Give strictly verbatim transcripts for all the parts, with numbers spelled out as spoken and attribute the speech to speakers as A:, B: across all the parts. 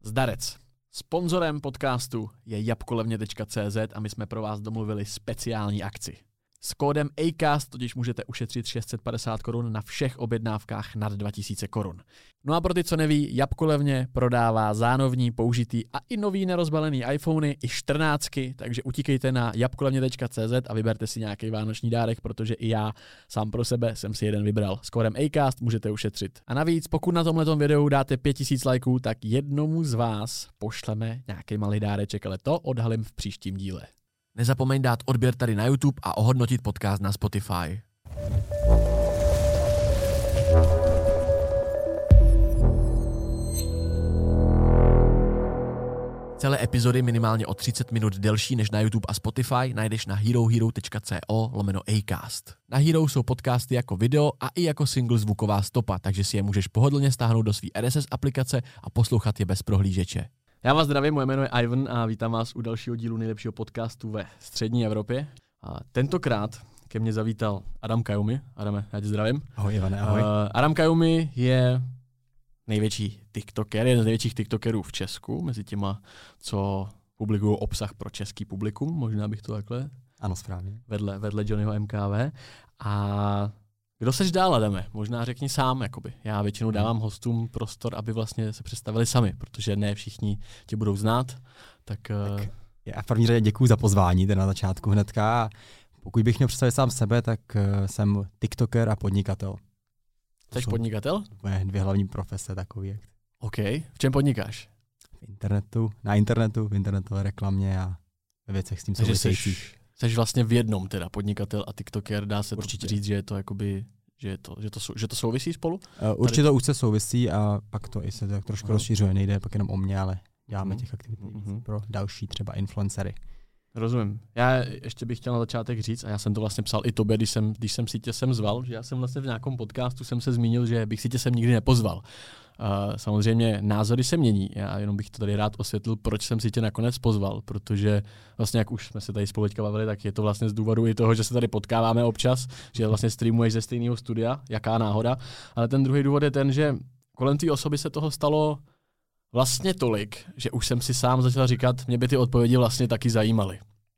A: Zdarec. Sponzorem podcastu je jabkolevně tečka cé zet a my jsme pro vás domluvili speciální akci. S kódem Acast totiž můžete ušetřit šest set padesát korun na všech objednávkách nad dva tisíce korun. No a pro ty, co neví, Jabkolevně prodává zánovní, použitý a i nový nerozbalený iPhony i čtrnáctky, takže utíkejte na jabkolevně tečka cé zet a vyberte si nějaký vánoční dárek, protože i já sám pro sebe jsem si jeden vybral. S kódem Acast můžete ušetřit. A navíc, pokud na tomhletom videu dáte pět tisíc lajků, tak jednomu z vás pošleme nějaký malý dáreček, ale to odhalím v příštím díle. Nezapomeň dát odběr tady na YouTube a ohodnotit podcast na Spotify. Celé epizody minimálně o třicet minut delší než na YouTube a Spotify najdeš na herohero tečka co lomeno Acast. Na Hero jsou podcasty jako video a i jako single zvuková stopa, takže si je můžeš pohodlně stáhnout do své R S S aplikace a poslouchat je bez prohlížeče. Já vás zdravím, moje jméno je Ivan a vítám vás u dalšího dílu nejlepšího podcastu ve střední Evropě. A tentokrát ke mně zavítal Adam Kajumi. Adame, já tě zdravím.
B: Ahoj Ivane, ahoj.
A: Uh, Adam Kajumi je největší tiktoker, jeden z největších tiktokerů v Česku, mezi těma, co publikují obsah pro český publikum, možná bych to takhle.
B: Ano, správně.
A: Vedle, vedle Johnnyho M K V. A kdo seš dál, Adame? Možná řekni sám, jakoby. Já většinou dávám hostům prostor, aby vlastně se představili sami, protože ne všichni tě budou znát. Tak, tak
B: já v první řadě děkuju za pozvání, ten na začátku hnedka. Pokud bych měl představit sám sebe, tak jsem tiktoker a podnikatel.
A: Jsi podnikatel?
B: Moje dvě hlavní profese takový.
A: OK. V čem podnikáš?
B: V internetu, na internetu, v internetové reklamě a ve věcech s tím souvisejících.
A: Jsi vlastně v jednom teda, podnikatel a tiktoker, dá se
B: určitě
A: říct, že je to jakoby, že, je to, že, to, že to souvisí spolu?
B: Uh, určitě to už se souvisí a pak to i se tak trošku uh-huh. rozšířuje, nejde pak jenom o mě, ale děláme uh-huh. těch aktivit uh-huh. pro další třeba influencery.
A: Rozumím. Já ještě bych chtěl na začátek říct, a já jsem to vlastně psal i tobě, když jsem, když jsem si tě sem zval, že já jsem vlastně v nějakém podcastu jsem se zmínil, že bych si tě sem nikdy nepozval. Uh, samozřejmě názory se mění, já jenom bych to tady rád osvětlil, proč jsem si tě nakonec pozval, protože vlastně jak už jsme se tady spolu teďka bavili, tak je to vlastně z důvodu i toho, že se tady potkáváme občas, že vlastně streamuješ ze stejného studia, jaká náhoda, ale ten druhý důvod je ten, že kolem té osoby se toho stalo vlastně tolik, že už jsem si sám začal říkat, mě by ty odpovědi vlastně taky zajímaly.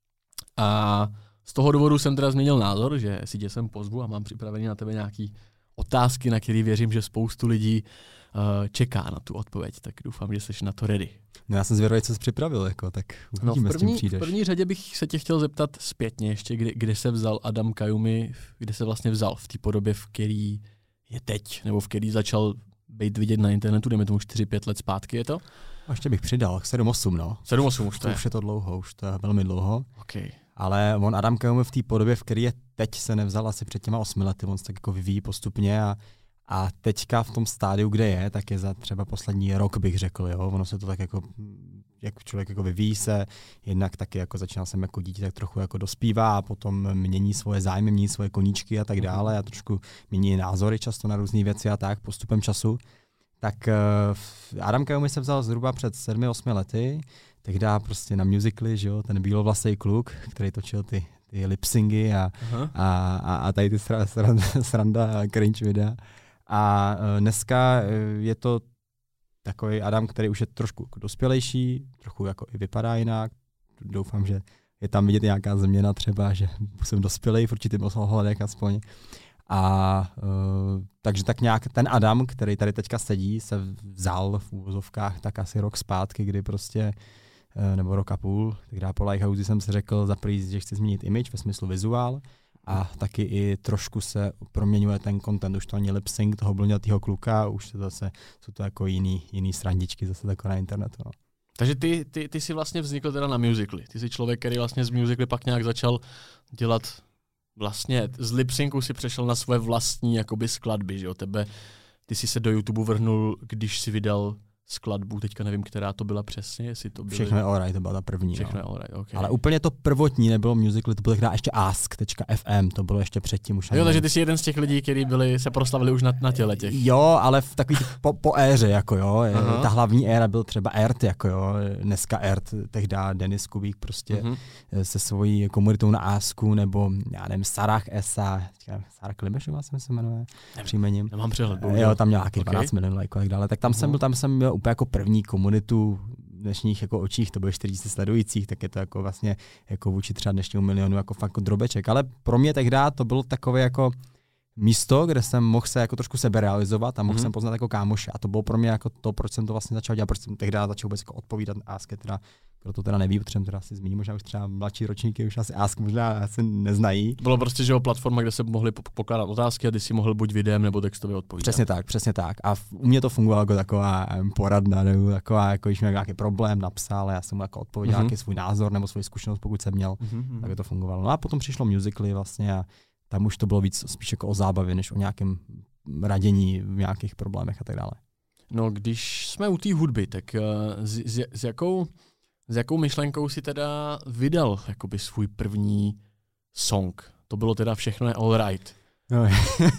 A: A z toho důvodu jsem teda změnil názor, že si tě sem pozvu a mám připravený na tebe nějaký otázky, na které věřím, že spoustu lidí uh, čeká na tu odpověď, tak doufám, že jsi na to ready.
B: No já jsem zvědavý, co jsi připravil, jako, tak uvidíme,
A: no v první,
B: s tím přijdeš.
A: V první řadě bych se tě chtěl zeptat zpětně ještě, kde, kde se vzal Adam Kajumi, kde se vlastně vzal v té podobě, v který je teď, nebo v který začal být vidět na internetu, dejme tomu čtyři pět let zpátky, je to?
B: A ještě bych přidal, sedm osm, no.
A: sedm osm už to je.
B: Už je to dlouho, už to je velmi dlouho.
A: Okay.
B: Ale on Adam Kajumi v té podobě, v které je teď, se nevzal asi před těma osmi lety, on se tak jako vyvíjí postupně a, a teďka v tom stádiu, kde je, tak je za třeba poslední rok, bych řekl, jo. Ono se to tak jako, jak člověk jako vyvíjí se, jednak taky jako začínal jsem jako dítě, tak trochu jako dospívá a potom mění svoje zájmy, mění svoje koníčky a tak dále a trošku mění názory často na různé věci a tak postupem času. Tak uh, Adam Kajumi se vzal zhruba před sedmi osmi lety, tehdy prostě na musically, že jo, ten bílovlasej kluk, který točil ty, ty lipsingy a, a, a, a tady ty sranda, sranda a cringe videa. A uh, dneska uh, je to takový Adam, který už je trošku dospělejší, trochu jako i vypadá jinak. Doufám, že je tam vidět nějaká změna třeba, že jsem dospělej v určitým ohledech aspoň. A uh, takže tak nějak ten Adam, který tady teďka sedí, se vzal v úvozovkách tak asi rok zpátky, kdy prostě, uh, nebo rok a půl, tehdy po Lighthouse jsem si řekl za prý, že chci změnit image ve smyslu vizuál a taky i trošku se proměňuje ten content, už to ani lip sync toho blondětýho kluka, už to zase jsou to jako jiný, jiný srandičky zase takové na internetu. No.
A: Takže ty, ty, ty jsi vlastně vznikl teda na musically, ty jsi člověk, který vlastně z musically pak nějak začal dělat. Vlastně z lip-syncu si přešel na své vlastní jakoby skladby, že jo, tebe, ty jsi se do YouTube vrhnul, když si vydal skladbu, teďka nevím, která to byla přesně, jestli to byly...
B: Všechno je alright, to byla ta první.
A: Všechno
B: no.
A: je alright, okay.
B: Ale úplně to prvotní nebylo musical, to bylo tehdy ještě ask tečka ef em, to bylo ještě předtím už.
A: Jo, takže ty jsi jeden z těch lidí, kteří byli, se proslavili už na, na těle těch.
B: Jo, ale v takový po, po éře, jako jo, aha. Ta hlavní éra byl třeba Ert, jako jo, dneska Ert, tehdy Denis Kubík prostě uh-huh. se svojí komunitou na Asku, nebo já nevím, Sarah Esa, Sarah Klimešová se se jmenuje příjmením.
A: Já mám přehled.
B: Jo, tam měl nějaký okay. dvanáct milionů lajků a tak dále, tak tam uh-huh. jsem byl, tam jsem byl měl úplně jako první komunitu v dnešních jako očích, to bylo čtyři tisíce sledujících, tak je to jako vlastně jako vůči třeba dnešnímu milionu jako fakt drobeček. Ale pro mě tehdy to bylo takové jako místo, kde jsem mohl se jako trošku seberealizovat a mohl mm-hmm. jsem poznat jako kámoše. A to bylo pro mě jako to, proč jsem to vlastně začal dělat, proč jsem tehdy začal vůbec jako odpovídat na Ask, teda, kdo to teda neví, protože teda asi zmíním, možná už třeba mladší ročníky už asi Ask možná asi neznají.
A: Bylo prostě, že jo, platforma, kde se mohli pokládat otázky a ty si mohl buď videem nebo textově odpovídat.
B: Přesně tak, přesně tak. A u mě to fungovalo jako taková poradna, nebo taková, jako když měl nějaký problém, napsal, já jsem mu jako odpověděl mm-hmm. nějaký svůj názor nebo svou zkušenost, pokud jsem měl, mm-hmm. tak to fungovalo. No a potom přišlo Musical.ly vlastně a tam už to bylo víc spíš jako o zábavě, než o nějakém radění v nějakých problémech a tak dále.
A: No, když jsme u té hudby, tak s, s, s, jakou, s jakou myšlenkou si teda vydal jakoby svůj první song? To bylo teda Všechno je all right.
B: No, uh,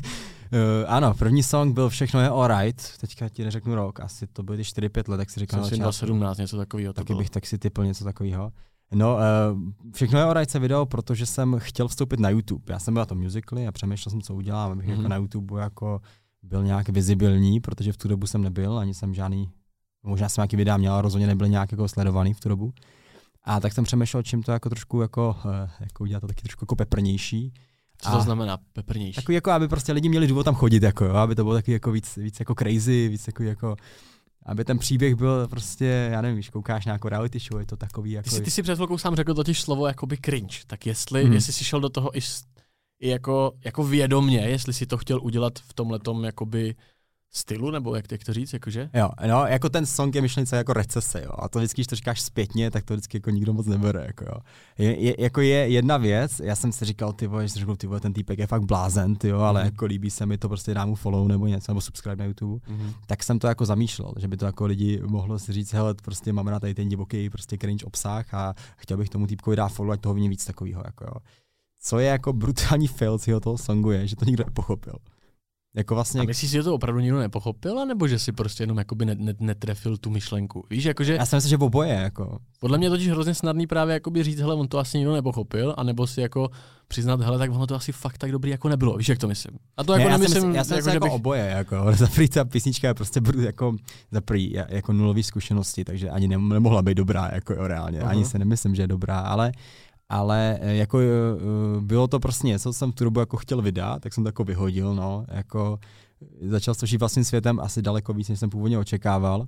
B: ano, první song byl Všechno je all right, teďka ti neřeknu rok, asi to bylo čtyři pět let, tak si říkal.
A: Asi dva tisíce sedmnáct, něco takového.
B: Taky bych tak si typl něco takového. No, uh, Všechno je all right se vydalo, protože jsem chtěl vstoupit na YouTube. Já jsem byl na tom Musical.ly a přemýšlel jsem, co udělám, abych mm-hmm. jako na YouTube jako byl nějak vizibilní, protože v tu dobu jsem nebyl, ani jsem žádný, možná jsem nějaký videa měl, ale rozhodně nebyl nějak jako sledovaný v tu dobu. A tak jsem přemýšlel, čím to jako trošku jako, jako udělat to taky trošku jako peprnější.
A: Co to znamená peprnější?
B: Takový jako, aby prostě lidi měli důvod tam chodit, jako, jo, aby to bylo taky jako víc, víc jako crazy, víc jako, jako aby ten příběh byl prostě, já nevím, když koukáš nějakou reality show, je to takový jako...
A: Ty jsi, ty jsi před chvilkou sám řekl totiž slovo jakoby cringe, tak jestli, hmm. jestli jsi šel do toho i, i jako, jako vědomně, jestli si to chtěl udělat v tomhletom jakoby stylu, nebo jak, jak to říct, jakože?
B: Jo, no, jako ten song je myšlence jako recese, jo, a to vždycky, když to říkáš zpětně, tak to vždycky jako nikdo moc nebere, jako jo. Je, je, jako je jedna věc, já jsem si říkal, ty vole, že řekl, ty vole, ten týpek je fakt blázen, ty jo, ale mm. jako líbí se mi to, prostě dám mu follow nebo něco, nebo subscribe na YouTube, mm. tak jsem to jako zamýšlel, že by to jako lidi mohlo si říct, hele, prostě máme na tady ten divoký prostě cringe obsah a chtěl bych tomu týpkovi dát follow, ať toho vidím víc takového, jako jo. Co je jako brutální fail z toho songu je, že to nikdo nepochopil. Jako vlastně...
A: A myslíš, že to opravdu nikdo nepochopil, nebo že si prostě jenom jakoby net, net, netrefil tu myšlenku? Víš, jakože...
B: Já si myslím, že oboje, jako...
A: Podle mě totiž hrozně snadný právě jakoby říct, hele, on to asi nikdo nepochopil, anebo si jako přiznat, hele, tak ono to asi fakt tak dobrý jako nebylo, víš, jak to myslím? A to jako
B: ne,
A: nemyslím...
B: Já si myslím, jako, jako bych... oboje, jako, za první ta písnička je prostě jako, za první, jako nulový zkušenosti, takže ani nemohla být dobrá, jako jo, reálně, uh-huh. ani se nemyslím, že je dobrá, ale... Ale jako bylo to prostě něco, co jsem v tu dobu jako chtěl vydat, tak jsem to jako vyhodil, no, jako začal to žít vlastním světem asi daleko víc, než jsem původně očekával.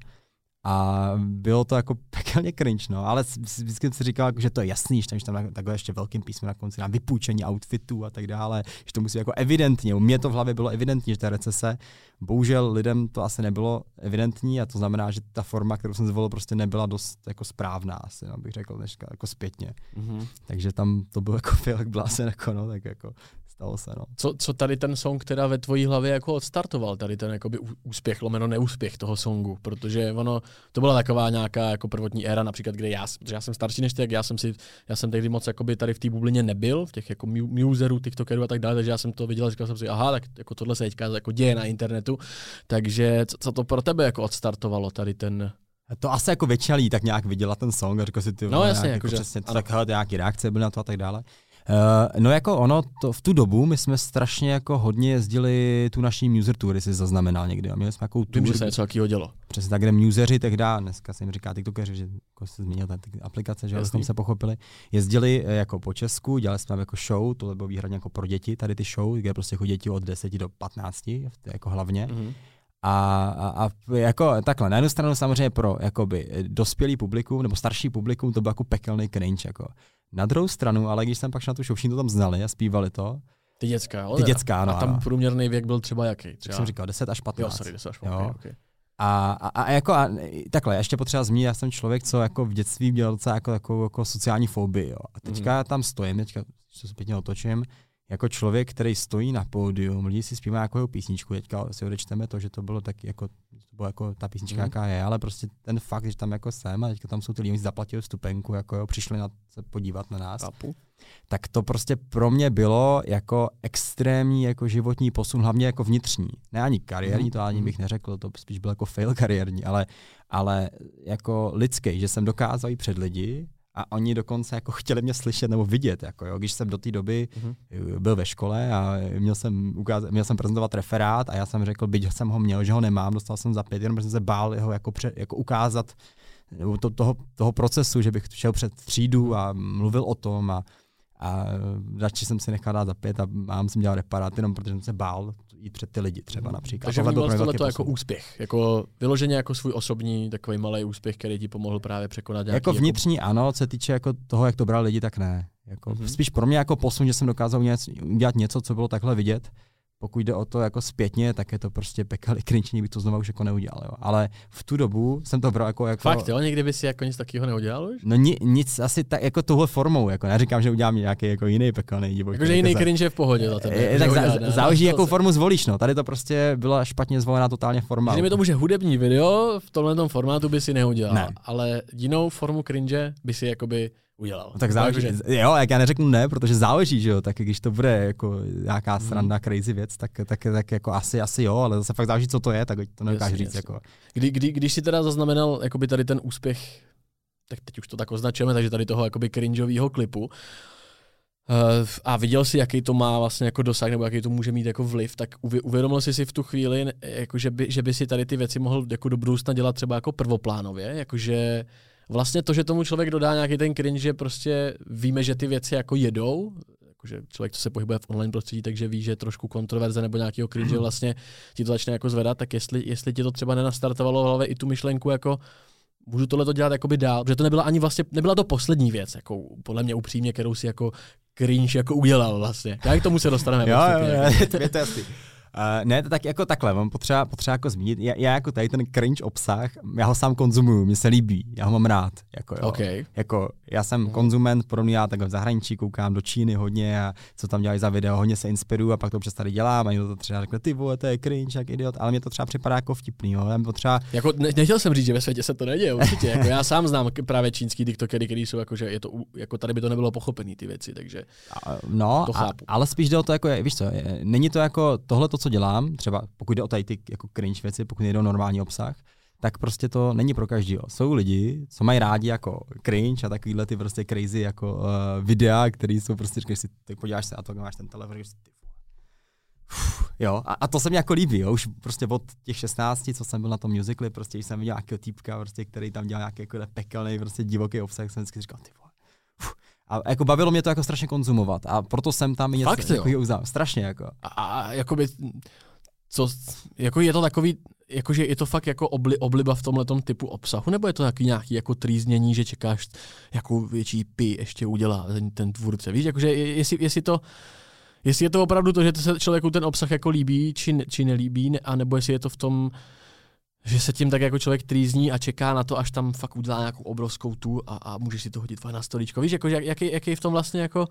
B: A bylo to jako pekelně cringe, no, ale vždycky jsem si říkal, že to je jasný, že tam je takhle ještě velkým písmem na konci, na vypůjčení outfitů a tak dále, že to musí jako evidentně, u mě to v hlavě bylo evidentní, že ta recese, bohužel lidem to asi nebylo evidentní a to znamená, že ta forma, kterou jsem zvolil, prostě nebyla dost jako správná, asi, no, bych řekl dneska, jako zpětně. Mm-hmm. Takže tam to bylo jako fialek blásen, jako no, tak jako stalo se, no.
A: Co, co tady ten song teda ve tvojí hlavě jako odstartoval, tady ten jakoby úspěch, lomeno neúspěch toho songu, protože ono, to byla taková nějaká jako prvotní éra, například, kde já, protože já jsem starší než ty, jak já jsem si, já jsem tehdy moc jakoby tady v té bublině nebyl, v těch jako muserů, tiktokerů a tak dále, takže já jsem to viděl a říkal jsem si, aha, tak jako tohle se teďka jako děje na internetu, takže co, co to pro tebe jako odstartovalo tady ten...
B: To asi jako většina lidí tak nějak viděla ten song a řekl si ty,
A: no, jasně,
B: jako
A: jako
B: přesně, to, tak hele, nějaký reakce byly na to a tak dále. Uh, no jako ono, to, v tu dobu my jsme strašně jako hodně jezdili tu naší Muser Tour, jestli jsi zaznamenal někdy. A měli jsme takovou tour.
A: Vím, že se něco takového dělo.
B: Přesně tak, kde museři tehdy, dneska se jim říká tiktokeři, že jako se změnil ta aplikace, že jsme se pochopili. Jezdili jako po Česku, dělali jsme jako show, tohle bylo výhradně jako pro děti, tady ty show, kde prostě chodí děti od deseti do patnácti, jako hlavně. Mm-hmm. A, a, a jako takhle, na jednu stranu samozřejmě pro jakoby dospělý publikum nebo starší publikum to byl jako pekelný cringe. Jako. Na druhou stranu, ale když jsem pak šel na tu show, všichni to tam znali a zpívali to.
A: Ty dětská, jo?
B: Ty dětská, no.
A: A tam
B: ano.
A: Průměrný věk byl třeba jaký? Třeba...
B: Tak jsem říkal deset až patnáct.
A: Jo, sorry, deset až patnáct, okay.
B: A, a, a jako a, takhle, ještě potřeba zmínit, já jsem člověk, co jako v dětství měl docela jako, jako, jako sociální fobii, jo. A teďka mm-hmm. tam stojím, teďka se zpětně otočím, jako člověk, který stojí na pódium, lidi si zpívají nějakou písničku, teďka si odečteme to, že to bylo taky jako, to bylo jako ta písnička, mm. jaká je, ale prostě ten fakt, že tam jako jsem a teďka tam jsou ty lidi, zaplatili vstupenku, jako jo, přišli na se podívat na nás. Kapu. Tak to prostě pro mě bylo jako extrémní jako životní posun, hlavně jako vnitřní. Ne ani kariérní, to ani bych neřekl, to spíš byl jako fail kariérní, ale, ale jako lidský, že jsem dokázal jít před lidi a oni dokonce jako chtěli mě slyšet nebo vidět, jako jo, když jsem do té doby mm-hmm. byl ve škole a měl jsem, ukázat, měl jsem prezentovat referát a já jsem řekl, byť jsem ho měl, že ho nemám, dostal jsem za pět, jenom jsem se bál jeho jako, pře, jako ukázat to, toho, toho procesu, že bych šel před třídu a mluvil o tom a, a radši jsem si nechal dát za pět a mám jsem dělal reparát, jenom protože jsem se bál jít před ty lidi třeba například.
A: Takže vnímal jsi tohleto jako úspěch, jako vyloženě jako svůj osobní takový malý úspěch, který ti pomohl právě překonat nějaký...
B: Jako vnitřní jako... ano, co se týče jako toho, jak to brali lidi, tak ne. Jako, mm-hmm. Spíš pro mě jako posun, že jsem dokázal udělat něco, co bylo takhle vidět. Pokud jde o to jako zpětně, tak je to prostě pekelný cringe, bych to znovu už jako neudělal. Jo. Ale v tu dobu jsem to bral jako... jako
A: Fakt jo? Někdy bys si jako nic takového neudělal už?
B: No ni, nic asi tak jako tohle formou. Jako neříkám, že udělám nějaký jako jiný pekelný divoký.
A: Jakože jiný jako cringe je v pohodě za tebe.
B: Je, tak zá, záleží, jakou formu zvolíš. No. Tady to prostě byla špatně zvolená totálně forma.
A: Kdyby to může hudební video, v tomhle formátu by si neudělal.
B: Ne.
A: Ale jinou formu cringe by si jakoby udělal.
B: No tak záleží, že... jo, jak já neřeknu ne, protože záleží, že jo, tak když to bude jako nějaká sranda, hmm. crazy věc, tak, tak, tak jako asi, asi jo, ale zase fakt záleží, co to je, tak to nedokážu říct. Jako.
A: Kdy, kdy, když si teda zaznamenal jakoby tady ten úspěch, tak teď už to tak označujeme, takže tady toho jakoby cringeovýho klipu, uh, a viděl si, jaký to má vlastně jako dosah, nebo jaký to může mít jako vliv, tak uvědomil jsi si v tu chvíli, jako že, by, že by si tady ty věci mohl jako do budoucna dělat třeba jako prvoplánově, jakože vlastně to, že tomu člověk dodá nějaký ten cringe, že prostě víme, že ty věci jako jedou, jakože člověk, co se pohybuje v online prostředí, takže ví, že trošku kontroverze nebo nějakého cringe vlastně ti to začne jako zvedat, tak jestli, jestli ti to třeba nenastartovalo v hlavě i tu myšlenku jako můžu tohle to dělat jakoby dál, protože to nebyla ani vlastně, nebyla to poslední věc, jako podle mě upřímně, kterou si jako cringe jako udělal vlastně. Jak k tomu se dostaneme?
B: jo, jo, jo, je to jasný. Uh, ne, to tak jako takhle, mám potřeba, potřeba jako zmínit, já, já jako tady ten cringe obsah, já ho sám konzumuju, mně se líbí, já ho mám rád, jako jo.
A: Okay.
B: Jako, já jsem mm. konzument, podobně já takhle v zahraničí koukám do Číny hodně a co tam dělají za video, hodně se inspiruju a pak to přes tady dělám a někdo to třeba řekne, ty vole, to je cringe, jak idiot, ale mě to třeba připadá jako vtipný, jo, já potřeba...
A: Jako ne, nechtěl jsem říct, že ve světě se to neděje, určitě, jako já sám znám právě čínský tiktokery, který jsou jako, že je to, jako tady by to nebylo pochopený ty věci, takže
B: no,
A: to chápu.
B: A, ale spíš jde o to, jako, víš co, je, není to jako tohle to, co dělám, třeba pokud jde o tady ty jako cringe věci, pokud jde o normální obsah, tak prostě to není pro každýho. Jsou lidi, co mají rádi jako cringe a takovýhle ty prostě crazy jako uh, videa, které jsou prostě, když si tak podíváš se a to máš ten telefon, si, ty Uf, jo, a, a to se mi jako líbí, jo, už prostě od těch šestnácti, co jsem byl na tom musicali, prostě když jsem viděl nějakého týpka, prostě, který tam dělal nějaký jako pekelný, prostě divoký obsah, jsem vždycky říkal, ty vole. Uf. A jako bavilo mě to jako strašně konzumovat a proto jsem tam i něco takového uznal, strašně jako.
A: A, a jakoby, co, jako je to takový, jakože je to fakt jako obli, obliba v tomhletom typu obsahu, nebo je to taky nějaký jako trýznění, že čekáš, jakou větší pi ještě udělá ten, ten tvůrce, víš, jakože jestli, jestli to, jestli je to opravdu to, že se člověku ten obsah jako líbí, či, či nelíbí, ne, anebo jestli je to v tom, že se tím tak jako člověk trýzní a čeká na to, až tam fakt udělá nějakou obrovskou tu a, a můžeš si to hodit na stolíčko. Víš, jako, jak, jaký, jaký je v tom vlastně jako...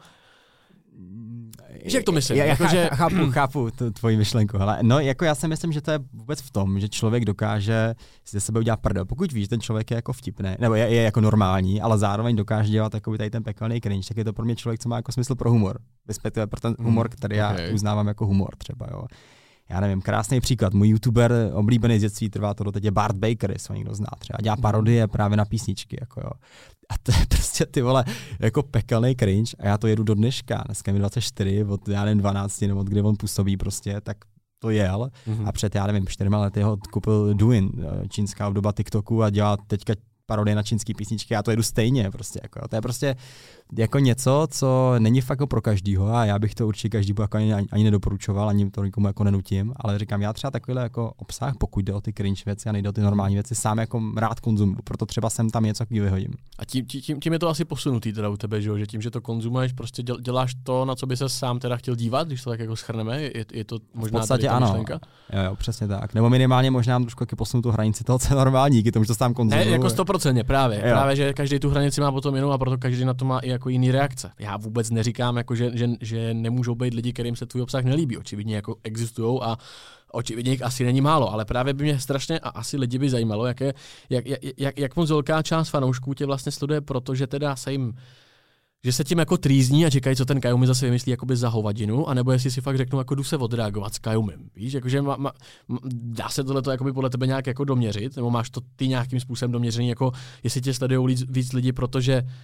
A: Víš, jak to myslím?
B: Já, já
A: jako, že...
B: chápu, chápu tvoji myšlenku, ale no, jako já si myslím, že to je vůbec v tom, že člověk dokáže si ze sebe udělat prdel. Pokud víš, že ten člověk je jako vtipný, nebo je, je jako normální, ale zároveň dokáže dělat takový tady ten pekelný cringe, tak je to pro mě člověk, co má jako smysl pro humor. Respektive pro ten humor, který já okay. uznávám jako humor třeba, jo. Já nevím, krásný příklad. Můj youtuber oblíbený z dětství, trvá to doteď, je Bart Baker, jestli ho někdo zná třeba. Dělá parodie právě na písničky, jako jo. A to je prostě, ty vole, jako pekelný cringe a já to jedu do dneška. Dneska mi dvacet čtyři, od já nevím, dvanácti, nebo od kdy on působí prostě, tak to jel. Mm-hmm. A před, já nevím, čtyřma lety ho koupil Douyin, čínská obdoba TikToku a dělá teďka parodie na čínský písničky, já to jedu stejně prostě, jako jo. To je prostě jako něco, co není fakt jako pro každýho a já bych to určitě každému jako ani, ani nedoporučoval, ani to nikomu jako nenutím, ale říkám, já třeba takovýhle jako obsah, pokud jde o ty cringe věci a nejde o ty normální věci, sám jako rád konzumuju, proto třeba sem tam něco takový vyhodím.
A: A tím, tím, tím je to asi posunutý teda u tebe, že tím, že to konzumuješ, prostě děl, děláš to, na co by se sám teda chtěl dívat, když to tak jako shrneme, je, je to možná
B: v podstatě ano.
A: myšlenka?
B: Jo, jo, přesně tak. Nebo minimálně možná trošku taky posunu tu hranici toho, co je normální, díky tomu, že to sám konzumuju.
A: Ne, jako sto procent právě, jo. Právě, že každý tu hranici má potom jinou a proto každý na to má i jako jiný reakce. Já vůbec neříkám, jako, že, že, že nemůžou být lidi, kterým se tvůj obsah nelíbí. Očividně jako existují a očividně jich asi není málo, ale právě by mě strašně a asi lidi by zajímalo, jak, je, jak, jak, jak moc velká část fanoušků tě vlastně sleduje, protože teda se jim, že se tím jako trýzní a čekají, co ten Kajumi zase vymyslí jakoby za hovadinu, anebo jestli si fakt řeknou, jako jdu se odreagovat s Kajumem. Víš, jakože ma, ma, dá se tohleto jakoby podle tebe nějak jako doměřit, nebo máš to ty nějakým způsobem doměřený, jako jestli tě sledují víc, víc lidí, protože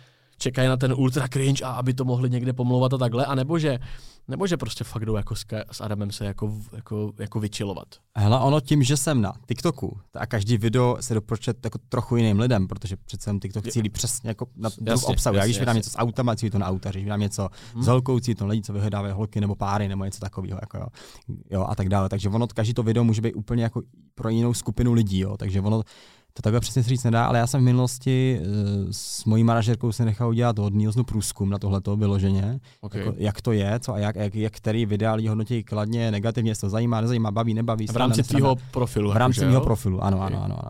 A: čekají na ten ultra cringe a aby to mohli někde pomlouvat a takhle, a nebo že, nebo že prostě fakt jdou jako s, s Adamem se jako, jako, jako vychillovat.
B: Hele, ono tím, že jsem na TikToku a každý video se doporučuje jako trochu jiným lidem, protože přece jsem TikTok cílí přesně jako na druh obsahu. Já když vydám něco s autama, cílí to na auta, když vydám něco hmm. s holkou, cílí to lidi, co vyhledávají holky nebo páry nebo něco takového, jako jo, jo, a tak dále. Takže ono, každý to video může být úplně jako pro jinou skupinu lidí, jo, takže ono to takhle přesně říct nedá, ale já jsem v minulosti uh, s mojí manažerkou se nechal udělat od Nielsenu průzkum na tohleto vyloženě,
A: okay.
B: jako, jak to je, co a jak, jak, jak který videa lidi hodnotí kladně, negativně, jestli to zajímá, nezajímá, baví, nebaví.
A: V rámci tvýho profilu.
B: V rámci mého profilu, ano, okay. ano, ano, ano.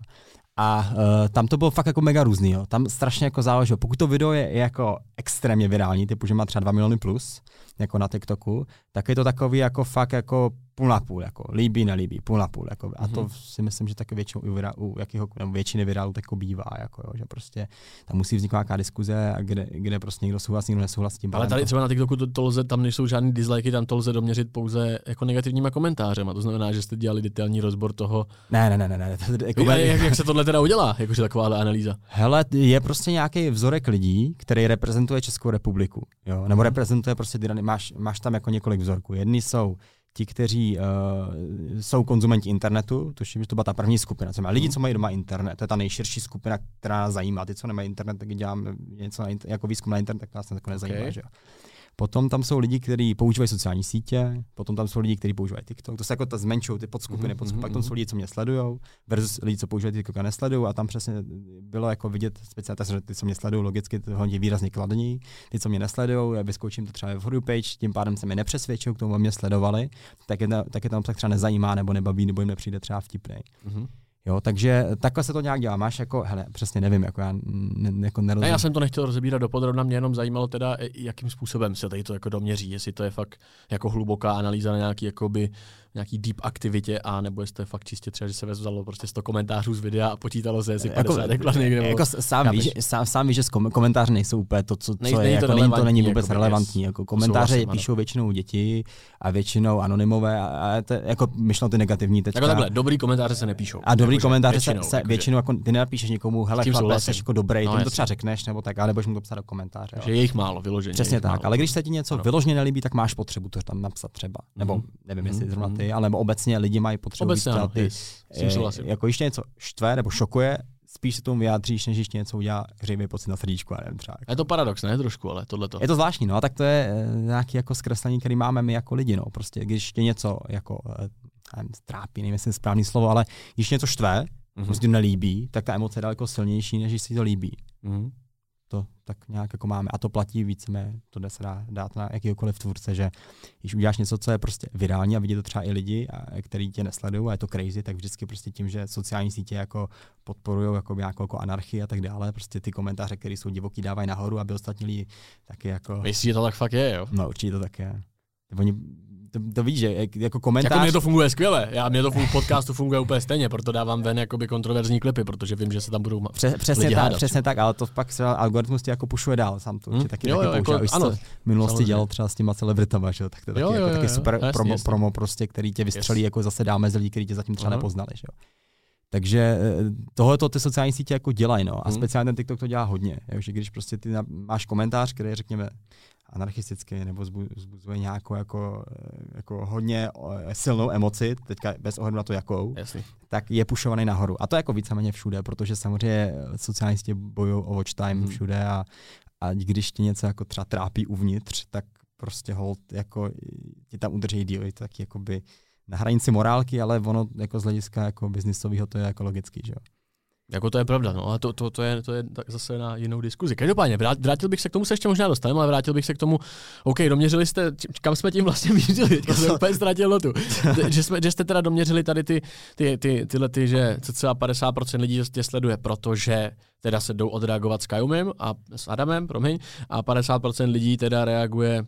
B: A uh, tam to bylo fakt jako mega různý, jo. Tam strašně jako záleželo. Pokud to video je, je jako extrémně virální, typu, že má třeba dva miliony plus, jako na TikToku, tak je to takový jako fakt jako půl na půl, jako líbí, nelíbí, půl na půl. Jako. A to si myslím, že taky většinou u, vira, u jakýho, nebo většiny virálů tako bývá, jako, jo, že prostě tam musí vzniknout nějaká diskuze, kde, kde prostě někdo souhlasí, někdo nesouhlasí. Tím
A: ale tady třeba na TikToku to, to lze, tam nejsou žádný dislikey, tam to lze doměřit pouze jako negativníma komentářem, a to znamená, že jste dělali detailní rozbor toho.
B: Ne, ne, ne, ne. ne.
A: Jako jak, jak se tohle teda udělá, jakože taková analýza?
B: Hele, je prostě nějaký vzorek lidí, který reprezentuje Českou republiku, jo, nebo reprezentuje prostě, máš, máš tam jako několik vzorků. Jedni jsou ti, kteří uh, jsou konzumenti internetu, tuším, že to byla ta první skupina. Co má lidi, co mají doma internet, to je ta nejširší skupina, která nás zajímá. Ty, co nemají internet, tak dělám něco na inter- jako výzkum na internet, tak nás to nezajímá. Okay. Že jo. Potom tam jsou lidi, kteří používají sociální sítě, potom tam jsou lidi, kteří používají TikTok. To se jako ta zmenšují ty podskupiny, mm-hmm, podskupiny. Pak tam jsou lidi, co mě sledují, versus lidi, co používají TikTok a nesledují. A tam přesně bylo jako vidět speciálně, že ty, co mě sledují, logicky to hodně výrazně kladní. Ty, co mě nesledují, já vyzkouším to třeba v For You page, tím pádem se mi nepřesvědčují, k tomu mě sledovali, tak je, tak je tam tak třeba nezajímá nebo nebaví, nebo jim nepřijde třeba vtipnej. Mm-hmm. Jo, takže takhle se to nějak dělá. Máš jako, hele, přesně nevím, jako já ne, jako nerozumím.
A: Ne, já jsem to nechtěl rozebírat dopodrobna, mě jenom zajímalo teda, jakým způsobem se tady to jako doměří, jestli to je fakt jako hluboká analýza na nějaký jakoby nějaký deep aktivitě, a nebo jestli to je fakt čistě třeba, že se vezalo prostě sto komentářů z videa a počítalo se, jestli padesát jako, kladných, nebo...
B: Jako sám víš, sám, sám víš, že komentáře nejsou úplně to, co, co je, jako to, není, to není vůbec jako relevantní. Jako komentáře souhlasím, píšou ano. většinou děti a většinou anonymové, a, a to, jako myšleno ty negativní teďka.
A: Jako takhle, dobrý komentáře se nepíšou.
B: A dobrý
A: jako,
B: komentáře
A: většinou,
B: se, se většinou, jako ty nenapíšeš někomu, hele, chlape, jsi jako dobrý,
A: no,
B: ty to třeba řekneš, nebo tak, ale budeš mu to psát do komentáře.
A: Že je jich málo, vyloženě.
B: Přesně tak,
A: málo.
B: Ale když se ti něco vyloženě nelíbí, tak máš potřebu to tam napsat třeba. Nebo nevím, jestli zrovna ty, ale obecně lidi mají potřebu
A: obecně, ano, ty,
B: je, jako ještě něco štve nebo šokuje, spíš se tomu vyjádříš, než ještě něco udělá hřejivý pocit na srdíčku. Nevím, třeba.
A: Je to paradox, ne trošku, ale tohleto.
B: Je to zvláštní, no, a tak to je nějaký jako zkreslení, který máme my jako lidi, no, prostě, když tě něco jako nevím, trápí, nevím, jestli je správný slovo, ale když něco štve, mm-hmm. prostě nelíbí, tak ta emoce je daleko silnější, než když si to líbí. Mm-hmm. To tak nějak jako máme. A to platí více, to dá se dá, dát na jakýkoliv tvůrce, že když uděláš něco, co je prostě virální a vidí to třeba i lidi, a, který tě nesledují a je to crazy, tak vždycky prostě tím, že sociální sítě jako podporují jako nějakou jako anarchii a tak dále, prostě ty komentáře, které jsou divoký, dávají nahoru, aby ostatní lidi taky jako...
A: Myslíš, že to tak fakt je, jo?
B: No, určitě to tak je. Oni To, to víš, že jako komentář...
A: Jako mě to funguje skvěle, já mě to v podcastu funguje úplně stejně, proto dávám ven jakoby kontroverzní klipy, protože vím, že se tam budou ma-
B: Pře- Přesně tak, hádat, přesně tak, ale to pak se algoritmus tě jako pušuje dál, sám to hmm? taky,
A: jo,
B: taky
A: jo,
B: používá.
A: jako, ano,
B: v minulosti samozřejmě. Dělal třeba s těma celebritama, že? Tak to je taky, jo, jako, jo, taky jo, super jasný, promo, jasný. promo prostě, který tě vystřelí yes. jako zase dál mezi lidi, který tě zatím třeba uh-huh. nepoznali, že jo. Takže tohleto ty sociální sítě jako dělají, no. A hmm. speciálně ten TikTok to dělá hodně. Takže když prostě ty máš komentář, který je, řekněme, anarchistický nebo zbuzuje nějakou jako, jako hodně silnou emoci, teďka bez ohledu na to jakou,
A: Jasný.
B: tak je pušovaný nahoru. A to jako víceméně všude, protože samozřejmě sociální sítě bojují o watch time hmm. všude a, a když tě něco jako třeba trápí uvnitř, tak prostě hold jako ti tam udrží díl, je to taky jakoby na hranici morálky, ale ono jako z hlediska jako biznisového to je jako logický, že jo.
A: Jako to je pravda, no, ale to, to, to, je, to je zase na jinou diskuzi. Každopádně, vrátil bych se k tomu, se ještě možná dostaneme, ale vrátil bych se k tomu, OK, doměřili jste, kam jsme tím vlastně mířili, teďka jsem úplně ztratil notu, že, jsme, že jste teda doměřili tady ty, ty, ty, tyhle ty, že cca padesát procent lidí tě sleduje, protože teda se jdou odreagovat s Kajumem a s Adamem, promiň, a padesát procent lidí teda reaguje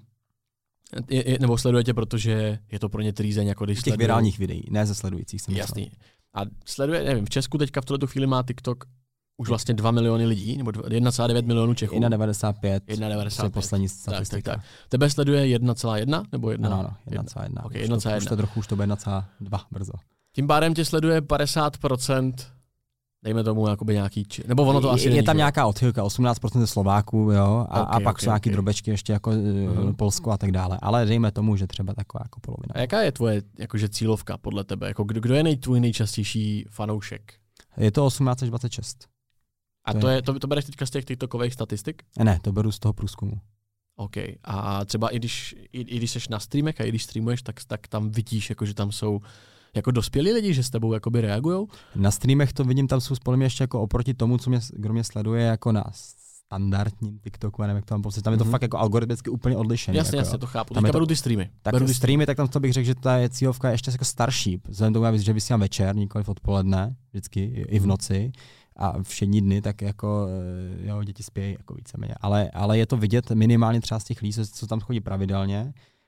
A: Je, je, nebo sledujete, protože je to pro ně trýzeň, jako když
B: těch sledujou... virálních videí, ne ze sledujících jsem
A: Jasný. A sleduje, nevím, v Česku teďka v tuto chvíli má TikTok už vlastně dva miliony lidí, nebo jedna celá devět milionů Čechů.
B: jedna celá devadesát pět.
A: jedna celá devadesát pět.
B: Poslední statistika.
A: Tak, tak, tak. Tebe sleduje jedna celá jedna nebo jedna?
B: Ano, ano, jedna celá jedna.
A: Okay, jedna celá jedna.
B: Už to trochu, už to bude jedna celá dva brzo.
A: Tím pádem tě sleduje padesát procent dejme tomu jakoby nějaký, či... nebo ono to asi
B: je,
A: není,
B: je tam
A: jo?
B: nějaká odchylka, osmnáct procent Slováků, jo, a,
A: okay,
B: a pak
A: okay,
B: jsou nějaký
A: okay.
B: drobečky ještě jako uh-huh. Polsko a tak dále, ale dejme tomu, že třeba taková jako polovina.
A: A jaká je tvoje jakože cílovka podle tebe? Jako kdo, kdo je nej, tvůj nejčastější fanoušek?
B: Je to osmnáct až dvacet šest.
A: A to, to, je, to, to bereš teďka z těch TikTokových statistik?
B: Ne, to beru z toho průzkumu.
A: OK. A třeba i když, i, i když seš na streamech a i když streamuješ, tak, tak tam vidíš, jako, že tam jsou jako dospělí lidi, že s tebou jakoby reagujou?
B: Na streamech to vidím, tam jsou spolu mě ještě jako oproti tomu, co mě, kdo mě sleduje jako na standardním TikToku, nevím, jak to mám pocit. Tam je to mm-hmm. fakt jako algoritmicky úplně odlišený.
A: Jasně,
B: jako,
A: jasně, to chápu.
B: Tam
A: Teďka
B: to,
A: beru ty streamy.
B: Tak
A: beru ty
B: streamy, tak tam to bych řekl, že ta je cílovka ještě jako starší. Vzhledem tomu, že vysílám večer, nikoliv odpoledne, vždycky i v noci. A všední dny, tak jako jo, děti spějí jako víceméně. Ale, ale je to vidět minimálně třeba z těch lidí, co tam chodí pravidelně.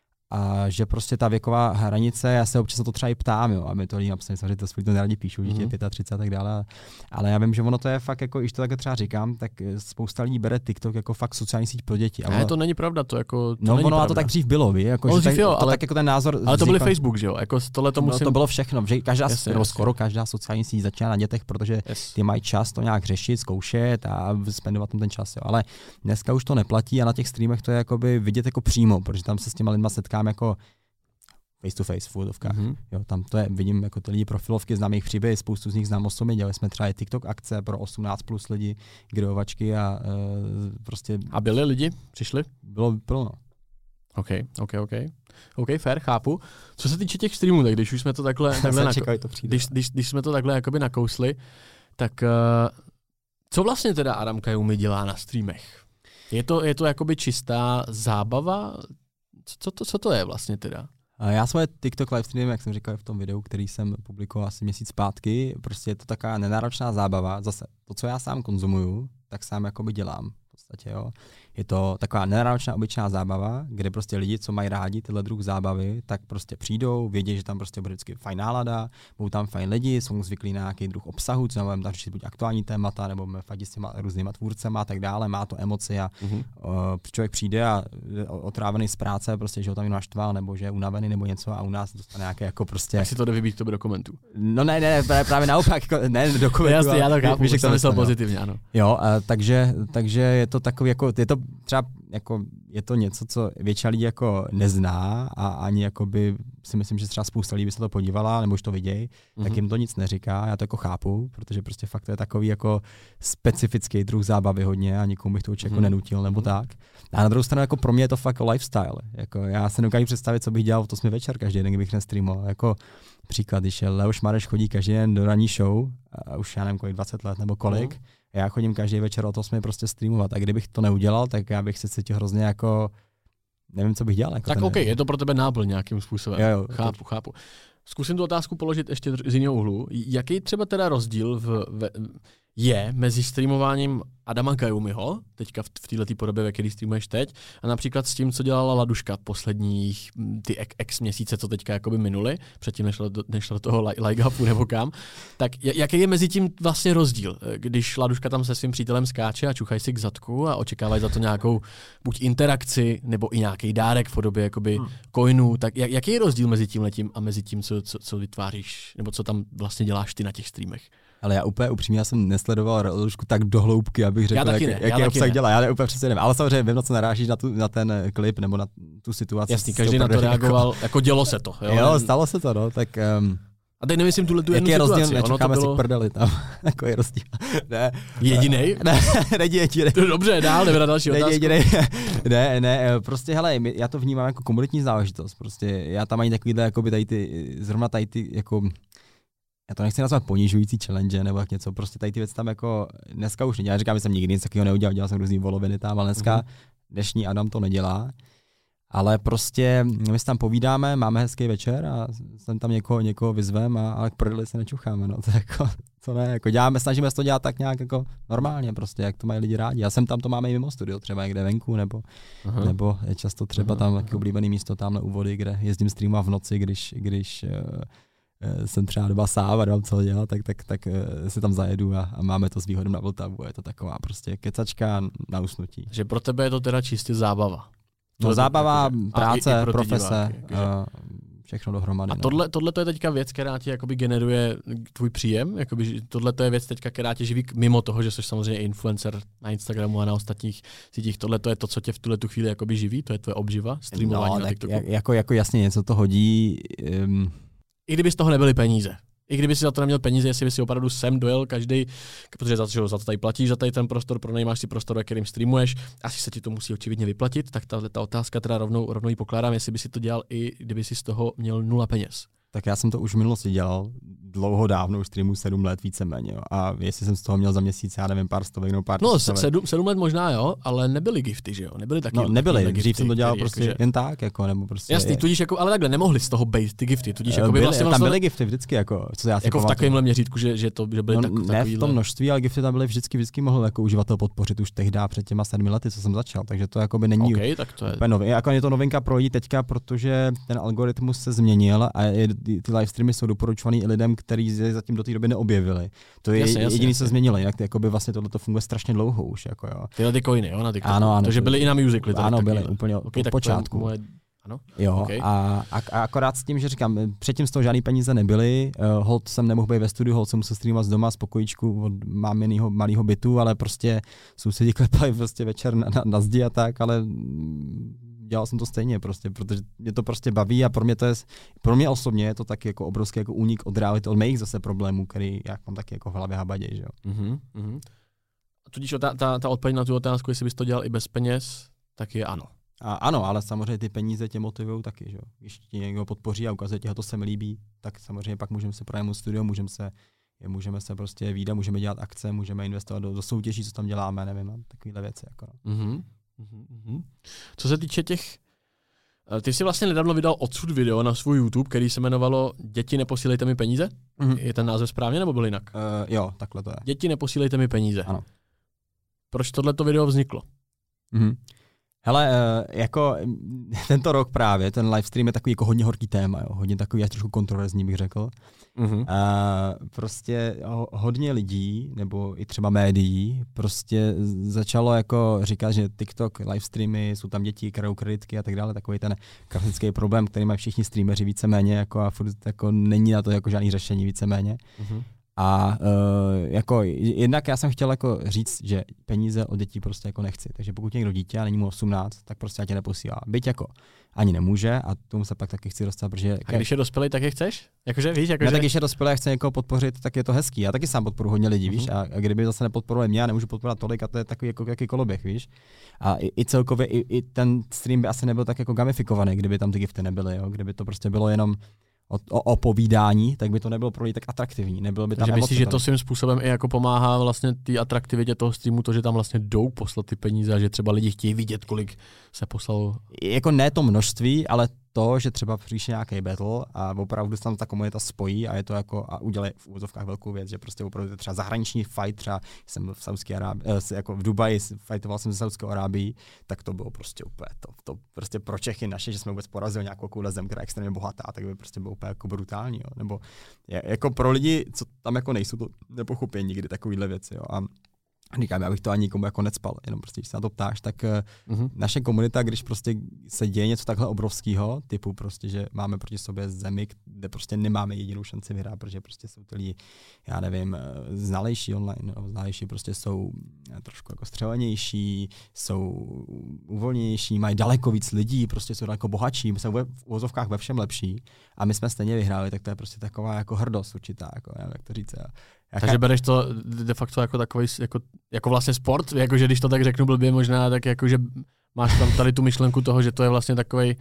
B: A že prostě ta věková hranice, já se občas na to třeba i ptám, jo, a my to lidi napsali, samozřejmě to svůj to neradi píšou, že mm-hmm. je třicet pět a tak dále, ale já vím, že ono to je fakt, jako, když to takhle třeba říkám, tak spousta lidí bere TikTok jako fakt sociální síť pro děti.
A: Ne, to není pravda, to jako, to
B: no
A: není
B: ono
A: pravda.
B: to tak dřív bylo, ví, jako,
A: no,
B: že tak,
A: jo,
B: to
A: ale,
B: tak jako ten názor.
A: Ale to byl Facebook, že jo, jako tohle to musím...
B: No, to bylo všechno, že každá,
A: jasně,
B: nebo
A: jasně.
B: skoro každá sociální síť začíná na dětech, protože
A: yes.
B: ty mají čas to nějak řešit, zkoušet a spendovat tam ten čas, jo. Ale dneska už to neplatí a na těch streamech to je jakoby vidět jako přímo, protože tam se s těma lidma setkám jako face to face v úvodovkách. Mm-hmm. Jo, tam to je, vidím jako ty lidi profilovky, znám jejich příběhy, spoustu z nich znám osobně, dělali jsme třeba i TikTok akce pro osmnáct plus lidi, grilovačky a uh, prostě...
A: A byli lidi? Přišli?
B: Bylo plno.
A: OK, OK, OK. OK, fair, chápu. Co se týče těch streamů, tak když už jsme to takhle... takhle
B: nako- čekaj, to přijde.
A: Když, když, když jsme to takhle jakoby nakousli, tak uh, co vlastně teda Adam Kajumi dělá na streamech? Je to, je to jakoby čistá zábava? Co to, co to je vlastně teda?
B: Já svoje TikTok livestreamy, jak jsem říkal v tom videu, který jsem publikoval asi měsíc zpátky, prostě je to taková nenáročná zábava. Zase to, co já sám konzumuju, tak sám jakoby dělám. V podstatě, jo. Je to taková nenáročná obyčejná zábava, kde prostě lidi, co mají rádi tyhle druh zábavy, tak prostě přijdou, vědí, že tam prostě bude vždycky fajn nálada, budou tam fajn lidi, jsou zvyklí na nějaký druh obsahu, co budeme tam řešit buď aktuální témata, nebo budeme fakt s těma různýma tvůrcema a tak dále, má to emoci a uh-huh. uh, člověk přijde a otrávený z práce, prostě, že ho tam jenom naštval, nebo že je unavený nebo něco a u nás dostane nějaké jako prostě...
A: Jak si to jde vybít k tobě do komentů?
B: No ne, ne, právě, právě naopak, jako, ne do komentů.
A: Jasně, já to chápu,
B: víš,
A: že to myslel pozitivně, ano.
B: Jo, uh, takže, takže je to takový, jako, je to třeba jako je to něco, co většina lidí jako nezná a ani jakoby si myslím, že třeba spousta lidí by se to podívala, nebo už to vidějí, mm-hmm. tak jim to nic neříká, já to jako chápu, protože prostě fakt to je takový jako specifický druh zábavy hodně a nikomu bych to určitě mm-hmm. jako nenutil nebo mm-hmm. tak. A na druhou stranu jako pro mě je to fakt lifestyle, jako já se nedokážu představit, co bych dělal v osmi večer každý den, kdybych nestreamoval, jako příklad, když Leoš Mareš chodí každý den do ranní show, a už já nevím kolik, dvacet let nebo kolik, mm-hmm. já chodím každý večer od osmi prostě streamovat a kdybych to neudělal, tak já bych se cítil hrozně jako, nevím, co bych dělal. Jako
A: tak OK, je to pro tebe náplň nějakým způsobem.
B: Jo, jo,
A: chápu,
B: to...
A: chápu. Zkusím tu otázku položit ještě z jiného úhlu. Jaký třeba teda rozdíl v, v, je mezi streamováním Adama Kajumiho, teďka v, v této podobě, ve které streamuješ teď, a například s tím, co dělala Laduška posledních ty ex měsíce, co teďka jakoby minuly, předtím nešlo do, nešlo do toho like upu nebo kam, tak jaký je mezi tím vlastně rozdíl, když Laduška tam se svým přítelem skáče a čuchají si k zadku a očekávají za to nějakou buď interakci, nebo i nějaký dárek v podobě jakoby hmm. coinů, tak jaký je rozdíl mezi tímhletím a mezi tím, co, co, co vytváříš, nebo co tam vlastně děláš ty na těch streamech?
B: Ale já úplně upřímně, já jsem nesledoval Ladušku tak do hloubky, abych řekl, jak,
A: ne,
B: jaký obsah dělá. Já ne, úplně přesně nevím. Ale samozřejmě vím, na co narážíš na, tu, na ten klip nebo na tu situaci.
A: Jasný, každý na to reagoval, jako, jako dělo se to. Jo,
B: jo stalo se to, no, tak... Um,
A: a teď nemyslím tuhle tu jednu
B: jaký
A: situaci.
B: Jaký je rozdíl, nečekáme
A: bylo...
B: si k prdeli tam. Takový je rozdíl. Ne.
A: Jedinej?
B: Ne, není jedinej.
A: Dobře, dál, jdeme na další otázku.
B: Jedinej. Ne, ne, prostě hele, já to vnímám jako komunitní záležitost. Prostě já tam ani takovýhle, jakoby tady ty, zrovna tady ty, jako... Já to nechci nazvat ponižující challenge nebo jak něco, prostě tady ty věci tam jako dneska už nedělá, říkám, že jsem nikdy nic takového neudělal, dělal jsem různý voloviny tam, ale dneska mm-hmm. dnešní Adam to nedělá, ale prostě my si tam povídáme, máme hezký večer a sem tam někoho, někoho vyzvem, a, ale k prdeli se nečucháme, no to jako, to ne, jako děláme, snažíme se to dělat tak nějak jako normálně prostě, jak to mají lidi rádi, já jsem tam to máme i mimo studio, třeba někde venku, nebo, uh-huh. nebo je často třeba uh-huh. tam taky oblíbený místo tamhle u vody, kde jezdím streamovat v noci, když, když uh, jsem třeba doma sám a nemám co dělat, tak, tak, tak si tam zajedu a, a máme to s výhodem na Vltavu. Je to taková prostě kecačka na usnutí.
A: Že pro tebe je to teda čistě zábava.
B: No zábava,
A: jakože,
B: práce, profese,
A: diváky,
B: uh, všechno dohromady.
A: A
B: no.
A: tohle, tohle to je teďka věc, která ti jakoby generuje tvůj příjem? Jakoby, tohle to je věc teďka, která tě živí mimo toho, že jsi samozřejmě influencer na Instagramu a na ostatních sítích. Tohle to je to, co tě v tuhle tu chvíli jakoby živí? To je tvoje obživa? Streamování
B: no,
A: na TikToku?
B: Jak, jako, jako jasně něco to hodí. Um...
A: I kdyby z toho nebyly peníze. I kdyby si za to neměl peníze, jestli by si opravdu sem dojel každý, protože za to, za to tady platíš, za tady ten prostor, pronajímáš si prostor, ve kterým streamuješ, asi se ti to musí očividně vyplatit, tak tahle ta otázka teda rovnou, rovnou ji pokládám, jestli by si to dělal i kdyby si z toho měl nula peněz.
B: Tak já jsem to už v minulosti dělal, dlouho dávno, už streamu sedm let víceméně. Jo. A jestli jsem z toho měl za měsíc, já nevím, pár stovek nebo pár
A: No sedm, sedm let možná jo, ale nebyly gifty, že jo? Nebyly taky.
B: No nebyly,
A: taky
B: dřív
A: gifty,
B: jsem to dělal
A: který,
B: prostě
A: jako, že...
B: jen tak, jako, nebo prostě...
A: Jasný, tudíž jako, ale takhle nemohli z toho bejt ty gifty, tudíž jako by
B: byly,
A: vlastně...
B: Tam
A: vlastně
B: byly gifty vždycky, jako, co já si
A: jako v
B: pamatuju.
A: takovémhle měřítku, že, že to že byly
B: no,
A: tak,
B: ne
A: takovýhle...
B: v tom množství, ale gifty tam byly vždycky, vždycky mohl jako uživatel podpořit už tehdy před těma sedmi lety, co jsem začal, takže to jako by není
A: okay, tak to je...
B: úplně nový. Jako je to novinka pro lidi teďka, protože ten algoritmus se změnil a je, ty, ty live streamy jsou doporučovaný i lidem, kteří se zatím do té doby neobjevili. To je jasně, jediný, co se změnilo, jinak jako by vlastně tohle to funguje strašně dlouho už. Jako jo.
A: Tyhle ty coiny, jo, na TikToku.
B: Ano, ano.
A: Takže byly i na Musical.ly.
B: Ano, byly úplně
A: okay,
B: od počátku.
A: Moje... Ano?
B: Jo,
A: okay.
B: a, a, a akorát s tím, že říkám, předtím z toho žádný peníze nebyly, uh, hold jsem nemohl být ve studiu, hold jsem musel streamovat z doma z pokojíčku od máminýho malého bytu, ale prostě sousedi klepali prostě večer na, na, na zdi a tak, ale dělal jsem to stejně prostě, protože mě to prostě baví a pro mě to je, pro mě osobně je to taky jako obrovský jako únik od reality, od mých zase problémů, který já mám taky jako v hlavě habaděj, že jo.
A: Mm-hmm, mm-hmm. Tudíž ta, ta, ta odpověď na tu otázku, jestli bys to dělal i bez peněz, tak je ano.
B: A ano, ale samozřejmě ty peníze tě motivují taky, že jo. Když ti někdo podpoří a ukazuje ti, že to se mi líbí, tak samozřejmě pak můžeme se pronajmout studio, můžeme se, můžeme se prostě výdat, můžeme dělat akce, můžeme investovat do, do soutěží, co tam děláme, nevím, takovéhle věci. Jako no.
A: Mm-hmm. Mm-hmm. Co se týče těch, ty jsi vlastně nedávno vydal odsud video na svůj YouTube, který se jmenovalo Děti, neposílejte mi peníze? Mm-hmm. Je ten název správně, nebo byl jinak?
B: Uh, jo, takhle to je.
A: Děti, neposílejte mi peníze.
B: Ano.
A: Proč tohleto video vzniklo?
B: Mm-hmm. Hele, jako tento rok právě, ten livestream je takový jako hodně horký téma, jo, hodně takový až trošku kontroverzní, bych řekl. Mm-hmm. A prostě hodně lidí, nebo i třeba médií, prostě začalo jako říkat, že TikTok, livestreamy, jsou tam děti, kradou kreditky a tak dále, takový ten klasický problém, který mají všichni streameři víceméně, jako a furt jako není na to jako žádný řešení víceméně. Mm-hmm. A uh, jako jednak já jsem chtěl jako říct, že peníze od dětí prostě jako nechci. Takže pokud někdo dítě a není mu osmnáct, tak prostě já tě neposílá. Byť jako ani nemůže a tomu se pak taky chci dostat, protože...
A: A když je dospělý, tak je chceš? Jakože víš, jakože...
B: Ne, tak když je dospělý a chce někoho podpořit, tak je to hezký. Já taky sám podporuji hodně lidí, uh-huh. víš, a, a kdyby zase nepodporuje mě, já nemůžu podporovat tolik a to je takový jako jaký koloběh, víš. A i, i celkově i, i ten stream by asi nebyl tak jako gamifikovaný, kdyby tam ty gifty nebyly, jo? Kdyby to prostě bylo jenom O, o, o povídání, tak by to nebylo pro lidi tak atraktivní. Nebylo by tam
A: emoce. Myslíš, že to svým způsobem i jako pomáhá vlastně té atraktivitě toho streamu, to, že tam vlastně jdou poslat ty peníze a že třeba lidi chtějí vidět, kolik se poslalo?
B: Jako ne to množství, ale to, že třeba přijde nějaký battle a opravdu se tam ta komunita spojí a je to jako a udělají v úvozovkách velkou věc, že prostě opravdu třeba zahraniční fight, třeba jsem v Saudské Arábii, jako v Dubaji fightoval jsem se Saudskou Arábií, tak to bylo prostě úplně to, to prostě pro Čechy naše, že jsme vůbec porazili nějakou takovou zem, která je extrémně bohatá, tak by prostě bylo úplně jako brutální, jo. Nebo je, jako pro lidi, co tam jako nejsou, to nepochopí nikdy takovýhle věci, jo. A říkám, já bych to ani nikomu jako necpal, jenom prostě, když se na to ptáš, tak uh-huh. naše komunita, když prostě se děje něco takhle obrovského, typu prostě, že máme proti sobě zemi, kde prostě nemáme jedinou šanci vyhrát, protože prostě jsou ty lidi, já nevím, znalejší online, no, znalejší prostě jsou trošku jako střelenější, jsou uvolnější, mají daleko víc lidí, prostě jsou daleko bohatší, jsou v uvozovkách ve všem lepší a my jsme stejně vyhráli, tak to je prostě taková jako hrdost určitá, jako, nevím, jak to říct.
A: Jaká... Takže bereš to de facto jako takový, jako, jako vlastně sport, jakože když to tak řeknu blbě možná, tak jakože máš tam tady tu myšlenku toho, že to je vlastně takovej,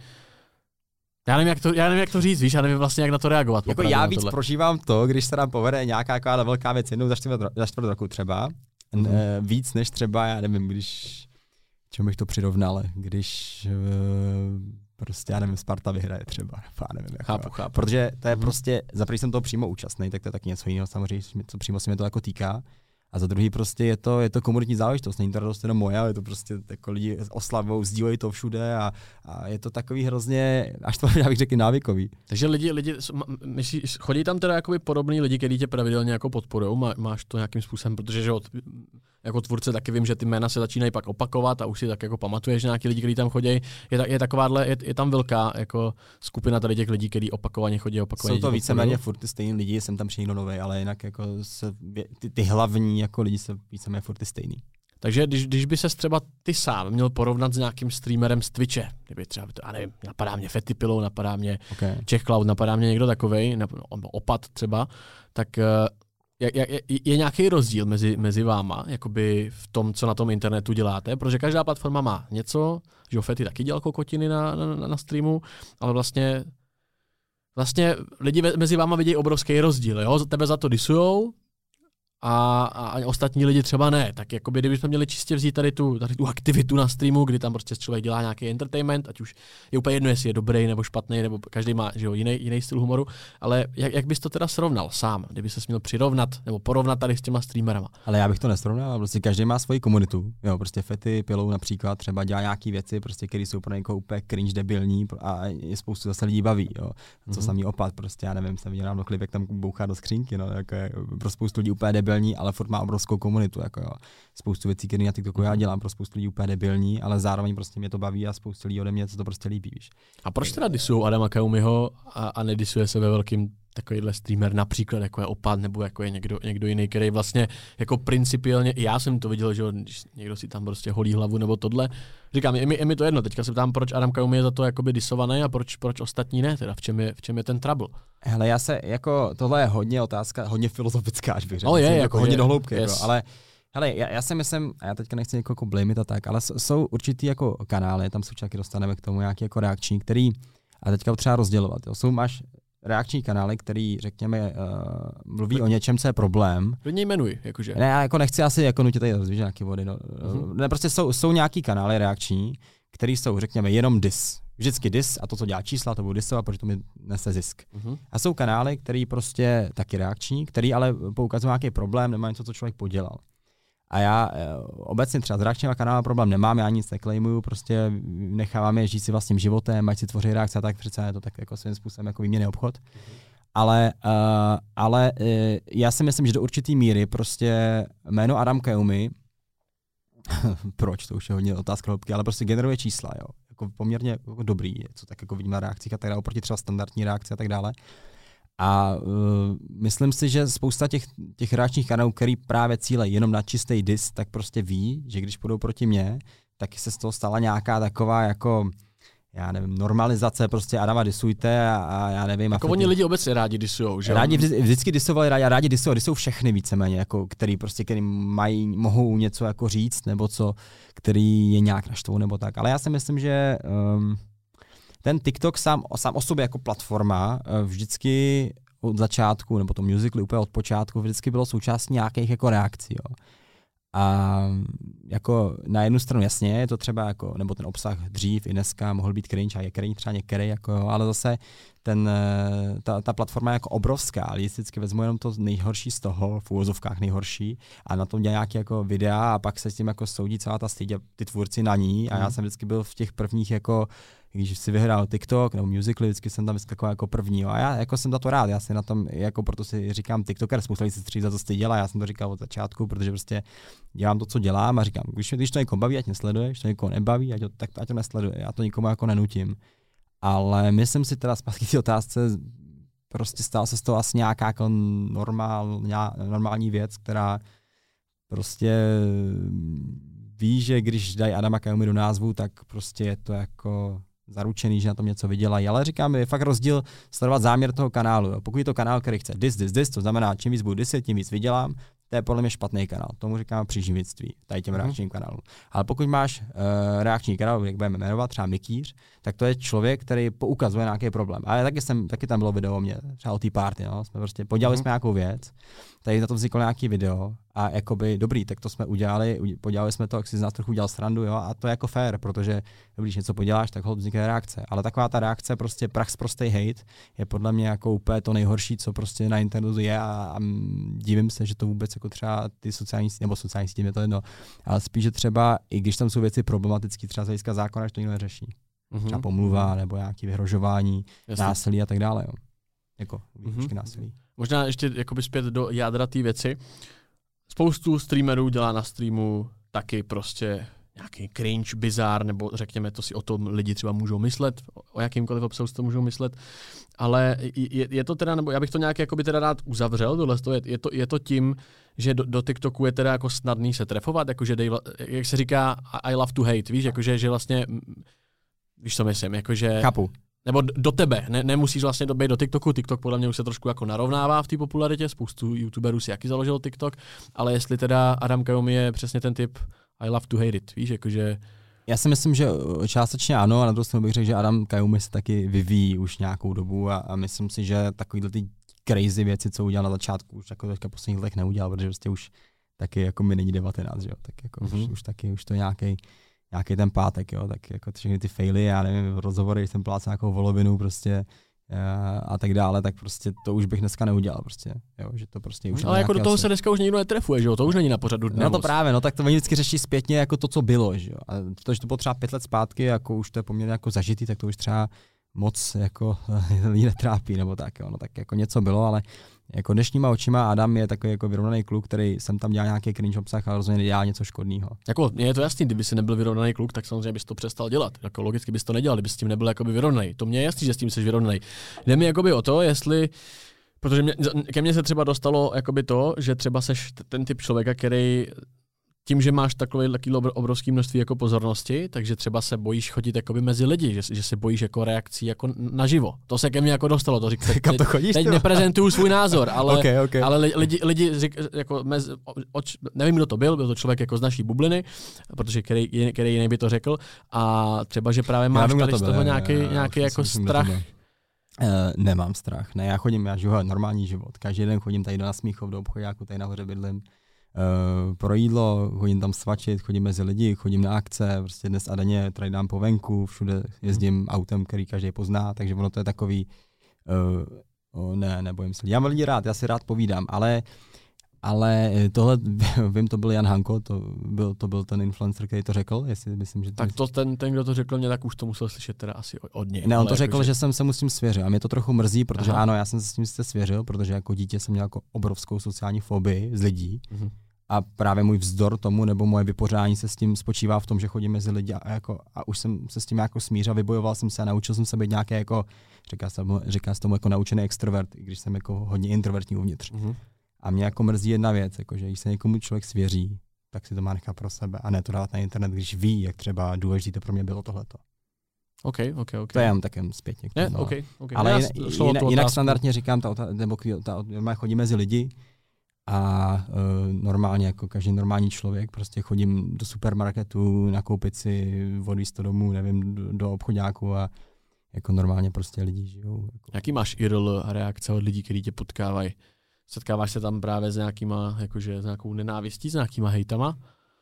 A: já nevím, jak to, já nevím, jak to říct, víš, já nevím vlastně, jak na to reagovat.
B: Jako já víc prožívám to, když se nám povede nějaká taková velká věc jednou za čtvrt, za čtvrt roku třeba, mm. e, víc než třeba, já nevím, když, čemu bych to přirovnal, když e, prostě, já nevím, Sparta vyhraje třeba, já nevím, jak
A: chápu, chápu.
B: Protože to je mm. prostě, za první jsem toho přímo účastný, tak to je taky něco jiného samozřejmě, co přímo se mě to jako týká. A za druhý prostě je to, je to komunitní záležitost, není to radost jenom moje, ale je to prostě jako lidi oslavou, sdílejí to všude a, a je to takový hrozně, až to já bych řekl návykový.
A: Takže lidi, lidi myslíš, chodí tam teda jakoby podobní lidi, kteří tě pravidelně jako podporujou, Má, máš to nějakým způsobem, protože že od, jako tvůrce taky vím, že ty jména se začínají pak opakovat a už si tak jako pamatuješ nějaký lidi, kteří tam chodí. Je, je takováhle, je, je tam velká jako skupina tady těch lidí, kteří opakovaně chodí, opakovaně.
B: Jsou to víceméně furt ty stejný lidi, jsem tam přijde nový, ale jinak jako se, ty, ty hlavní jako lidi se víceméně furt ty stejný.
A: Takže když, když by ses třeba ty sám měl porovnat s nějakým streamerem z Twitche, kdyby třeba, já nevím, napadá mě Fetipillow, napadá mě okay. Czech Cloud, napadá mě někdo takovej, Opat třeba, tak je, je, je nějaký rozdíl mezi, mezi váma, jakoby v tom, co na tom internetu děláte, protože každá platforma má něco, že Fety taky dělal kokotiny na, na, na streamu, ale vlastně, vlastně lidi mezi váma vidějí obrovský rozdíl, jo? Tebe za to disujou, A, a ostatní lidi třeba ne. Tak jakoby, kdybychom měli čistě vzít tady tu, tady tu aktivitu na streamu, kdy tam prostě člověk dělá nějaký entertainment, ať už je úplně jedno, jestli je dobrý nebo špatný, nebo každý má že jo, jiný, jiný styl humoru, ale jak, jak bys to teda srovnal sám, kdyby ses měl přirovnat nebo porovnat tady s těma streamerama?
B: Ale já bych to nesrovnal, prostě každý má svoji komunitu. Jo, prostě Fetipillow například třeba dělá nějaký věci, prostě, které jsou pro někoho úplně cringe debilní a je spoustu zase lidí baví. Jo. Co mm-hmm. samý Opat, prostě já nevím, jsem viděl klip, jak tam bouchá do skřínky, no, jako je pro spoustu lidí úplně debilní, ale furt má obrovskou komunitu, jako jo. Spoustu věcí, které na TikToku já dělám, pro spoustu lidí úplně debilní, ale zároveň prostě mě to baví a spoustu lidí ode mě to prostě líbí, víš.
A: A proč teda disujou Adama Kaumiho a, a nedisuje se ve velkým takovýhle streamer, například jako je Opat nebo jako je někdo, někdo jiný, který vlastně jako principiálně, já jsem to viděl, že když někdo si tam prostě holí hlavu nebo tohle. Říkám, je mi, je mi to jedno, teďka se ptám, proč Adam Kaumi je za to jakoby disovaný a proč, proč ostatní ne, teda v čem je, v čem je ten trouble?
B: Hele, já se, jako, tohle je hodně otázka, hodně filozofická, až bych řekl.
A: No je, jako,
B: jako hodně
A: je,
B: do hloubky,
A: yes.
B: jako, ale hele, já, já si myslím, a já teďka nechci někoho jako blamit a tak, ale jsou určitý jako kanály, tam se taky dostaneme k tomu nějaký jako reakční, který, a teďka třeba rozdělovat, jo, jsou máš reakční kanály, který, řekněme, uh, mluví o něčem, co je problém.
A: Klidně jmenuji, jakože.
B: Ne, já jako nechci asi jako nutit tady rozvíjet nějaké vody. No. Uh-huh. Ne, prostě jsou, jsou nějaký kanály reakční, které jsou, řekněme, jenom dis. Vždycky dis a to, co dělá čísla, to budou disovat, protože to mi nese zisk. Uh-huh. A jsou kanály, které prostě taky reakční, který ale poukazují nějaký problém, nemá něco, co člověk podělal. A já obecně třeba s reakčníma kanály problém nemám, já nic neklejmuju, prostě nechávám je žít si vlastním životem, ať si tvoří reakce a tak, přece je to tak jako svým způsobem jako výměnný obchod. Ale, uh, ale uh, já si myslím, že do určitý míry prostě jméno Adam Kaumi, proč, to už je hodně otázka hloubky, ale prostě generuje čísla, jo, jako poměrně jako dobrý, co tak jako vidíme na reakcích a tak dále, oproti třeba standardní reakci a tak dále. A uh, myslím si, že spousta těch, těch reakčních kanálů, který právě cílejí jenom na čistý dis, tak prostě ví, že když půjdou proti mně, tak se z toho stala nějaká taková jako, já nevím, normalizace, prostě Adama disujte a, a já nevím.
A: Jako oni lidi obecně rádi disujou, že?
B: Rádi vždy, vždycky disovali, rádi, rádi disujou, disujou všechny víceméně, jako, který prostě, který mají, mohou něco jako říct, nebo co, který je nějak naštvou, nebo tak. Ale já si myslím, že um, ten TikTok sám, sám o sobě jako platforma vždycky od začátku, nebo to Musical.ly úplně od počátku, vždycky bylo součástí nějakých jako reakcí. Jo. A jako na jednu stranu jasně, je to třeba jako, nebo ten obsah dřív i dneska mohl být cringe a je cringe třeba některý, jako, ale zase ten, ta, ta platforma je jako obrovská, ale vždycky vezmu jenom to nejhorší z toho, v úvozovkách nejhorší a na tom dělá nějaké jako videa a pak se s tím jako soudí celá ta stýď, ty tvůrci na ní a já jsem vždycky byl v těch prvních jako, když si vyhrál TikTok nebo Musical.ly, vždycky jsem tam vyskakoval jako první. Jo. A já jako jsem za to rád, já si na tom, jako proto si říkám TikToker, spousta lidí se střídí za to styděla, a já jsem to říkal od začátku, protože prostě dělám to, co dělám a říkám, když, když to někoho baví, ať mě sleduje, když to někoho nebaví, ať to, tak ať to nesleduje, já to nikomu jako nenutím. Ale myslím si teda zpátky té otázce, prostě stala se z toho asi nějaká jako normál, normální věc, která prostě ví, že když dají Adama Kaumi do názvu, tak prostě je to jako zaručený, že na tom něco vydělají. Ale říkám, je fakt rozdíl sledovat záměr toho kanálu. Jo. Pokud je to kanál, který chce dis, dis, dis, to znamená, čím víc budu disit, tím víc vydělám, to je podle mě špatný kanál. Tomu říkám příživnictví, tady těm mm-hmm. reakčním kanálům. Ale pokud máš uh, reakční kanál, jak budeme jmenovat, třeba Mikýř, tak to je člověk, který poukazuje na nějaký problém. Ale taky, jsem, taky tam bylo video o mě, třeba o té party. No. Jsme prostě podělali mm-hmm. jsme nějakou věc, tady na to vzniklo nějaký video a jakoby dobrý, tak to jsme udělali, podělali jsme to, jak si z nás trochu udělal srandu, jo, a to je jako fair, protože když něco poděláš, tak holt vznikne reakce. Ale taková ta reakce, prostě prach z prostej hate, je podle mě jako úplně to nejhorší, co prostě na internetu je a, a divím se, že to vůbec jako třeba ty sociální sítě, nebo sociální sítě, je to jedno, ale spíš, že třeba, i když tam jsou věci problematické, třeba z hlediska zákona, že to nikdo neřeší. Mm-hmm. Třeba pomluva, nebo nějaké vyhrožování, Jasně. násilí a tak dále. Jo. Jako výšky mm-hmm. násilí.
A: Možná ještě jakoby zpět do jádra té věci. Spoustu streamerů dělá na streamu taky prostě nějaký cringe, bizár, nebo řekněme, to si o tom lidi třeba můžou myslet, o jakýmkoliv obsahu si to můžou myslet, ale je, je to teda, nebo já bych to nějak jakoby teda rád uzavřel, tohle je, je, to, je to tím, že do, do TikToku je teda jako snadný se trefovat, jakože dej, jak se říká I love to hate, víš, jakože, že vlastně, víš co myslím, jakože...
B: Chápu.
A: Nebo do tebe, ne, nemusíš vlastně dobejt do TikToku, TikTok podle mě už se trošku jako narovnává v té popularitě, spoustu youtuberů si jaký založil TikTok, ale jestli teda Adam Kajumi je přesně ten typ I love to hate it, víš, jakože...
B: Já si myslím, že částečně ano, a na druhou stranu bych řekl, že Adam Kajumi se taky vyvíjí už nějakou dobu a, a myslím si, že takovýhle ty crazy věci, co udělal na začátku, už jako teďka posledních letech neudělal, protože prostě už taky jako mi není devatenáct, že jo, tak jako mm-hmm. už, už taky, už to nějaký nějaký ten pátek, jo, tak jako všechny ty faily, já nevím, rozhovory, když jsem plácal nějakou volovinu prostě a tak dále, tak prostě to už bych dneska neudělal prostě, jo, že to prostě už...
A: Ale jako do toho asi... se dneska už nikdo netrefuje, že jo, to už není na pořadu dne.
B: No to právě, no tak to oni vždycky řeší zpětně jako to, co bylo, že jo, a to, že to bylo třeba pět let zpátky, jako už to je poměrně jako zažitý, tak to už třeba moc jako lidi netrápí, nebo tak, jo, no tak jako něco bylo, ale jako dnešníma očima Adam je takový jako vyrovnaný kluk, který jsem tam dělal nějaký cringe obsah, ale rozhodně nedělá něco škodného.
A: Jako je to jasný, kdyby si nebyl vyrovnaný kluk, tak samozřejmě bys to přestal dělat. Jako logicky bys to nedělal, kdyby s tím nebyl jakoby vyrovnaný. To mě je jasný, že s tím jsi vyrovnaný. Jde mi jakoby o to, jestli protože mě, ke mně se třeba dostalo jakoby to, že třeba seš ten typ člověka, který tím, že máš takové obrovské množství jako pozornosti, takže třeba se bojíš chodit jakoby mezi lidi, že, že se bojíš jako reakcí jako naživo. To se ke mně jako dostalo, to říkám.
B: Kam to chodíš?
A: Teď neprezentuju svůj názor, ale,
B: okay, okay.
A: ale lidi, lidi řík, jako mez, oč, nevím, kdo to byl, byl to člověk jako z naší bubliny, protože který, který jiný by to řekl, a třeba, že právě máš tady to z toho nějaký, nějaký jako strach.
B: Uh, nemám strach, ne, já chodím, já žiju normální život. Každý den chodím tady do Nasmíchov, do obchodáku, tady nahoře bydlím. Uh, pro jídlo, chodím tam svačit, chodím mezi lidi, chodím na akce, prostě dnes a denně tady dám po venku, všude jezdím autem, který každý pozná, takže ono to je takový, uh, oh, ne, nebojím se. Já mám lidi rád, já si rád povídám, ale, ale tohle, vím, to byl Jan Hanko, to byl, to byl ten influencer, který to řekl, jestli myslím, že...
A: Tak to ten, ten, kdo to řekl mě, tak už to musel slyšet teda asi od něj.
B: Ne, on to jako řekl, že... že jsem se musím svěřit a mě to trochu mrzí, protože Aha. ano, já jsem se s tím sice svěřil, protože jako dítě jsem měl jako obrovskou sociální fobii z lidí. Mhm. A právě můj vzdor tomu, nebo moje vypořádání se s tím spočívá v tom, že chodím mezi lidi a, jako, a už jsem se s tím jako smířil, vybojoval jsem se a naučil jsem se být nějaký jako, říká se, říká se tomu jako naučený extrovert, i když jsem jako hodně introvertní uvnitř. Mm-hmm. A mě jako mrzí jedna věc, jako, že když se někomu člověk svěří, tak si to má nechat pro sebe a ne to dávat na internet, když ví, jak třeba důležité pro mě bylo tohleto.
A: OK, OK, OK.
B: To je jen takem zpětně.
A: Ne, okay, okay.
B: Ale jinak, jinak, jinak standardně říkám, ta, ta, nebo ta, ta, chodí mezi lidi, a uh, normálně, jako každý normální člověk, prostě chodím do supermarketu, nakoupit si vody z domů, nevím, do, do obchodáku a jako normálně prostě lidi žijou. Jako.
A: Jaký máš I R L reakce od lidí, kteří tě potkávají? Setkáváš se tam právě s nějakýma, jakože s nějakou nenávistí, s nějakýma hejtama?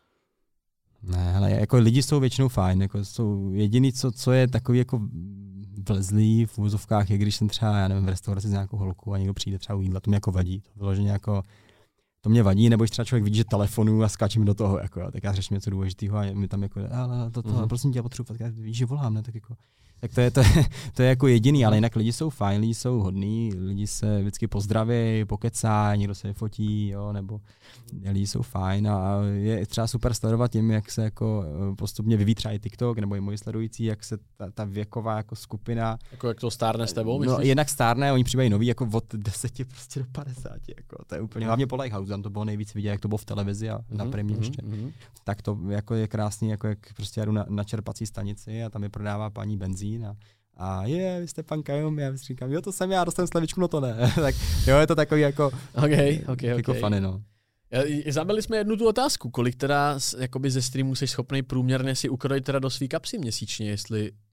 B: Ne, ale jako lidi jsou většinou fajn, jako jsou jediný, co, co je takový jako vlezlý v úzovkách, je když jsem třeba, já nevím, v restauraci s nějakou holkou a někdo přijde třeba u jídla, to mě jako vadí, to vyloženě jako to mě vadí, nebo když třeba člověk vidí, že telefonu a skáčím do toho, jako, tak já řeším něco důležitého a mi tam jako, ale to, to, mm-hmm. prosím tě, já potřebuji, tak víš, že volám, ne, tak jako, tak to je, to, je, to je jako jediný, ale jinak lidi jsou fajn, lidi jsou hodný, lidi se vždycky pozdraví, pokecá, někdo se fotí, jo, nebo lidi jsou fajn a je třeba super sledovat tím, jak se jako postupně vyvíjí třeba i TikTok, nebo i moji sledující, jak se ta, ta věková jako skupina.
A: Jako jak to stárne s tebou, myslíš?
B: No, jednak stárne, oni přibývají noví jako od deseti prostě do padesáti, jako, to je úplně, hlavně po Lighthouse, tam to bylo nejvíc vidět, jak to bylo v televizi a na Primě mm-hmm, ještě. Mm-hmm. Tak to jako je krásný, jako jak prostě jdu na, na čerpací stanici a tam je prodává paní benzín a a je, vy jste pan Kajum, já si říkám, jo, to jsem já, dostanu slevičku, no to ne. Tak jo, je to takový jako,
A: okay, okay,
B: jako
A: okay.
B: funny, no.
A: Zabili jsme jednu tu otázku, kolik teda jakoby ze streamu jsi schopný průměrně si ukrojit teda do svý kapsy měsíčně, jestli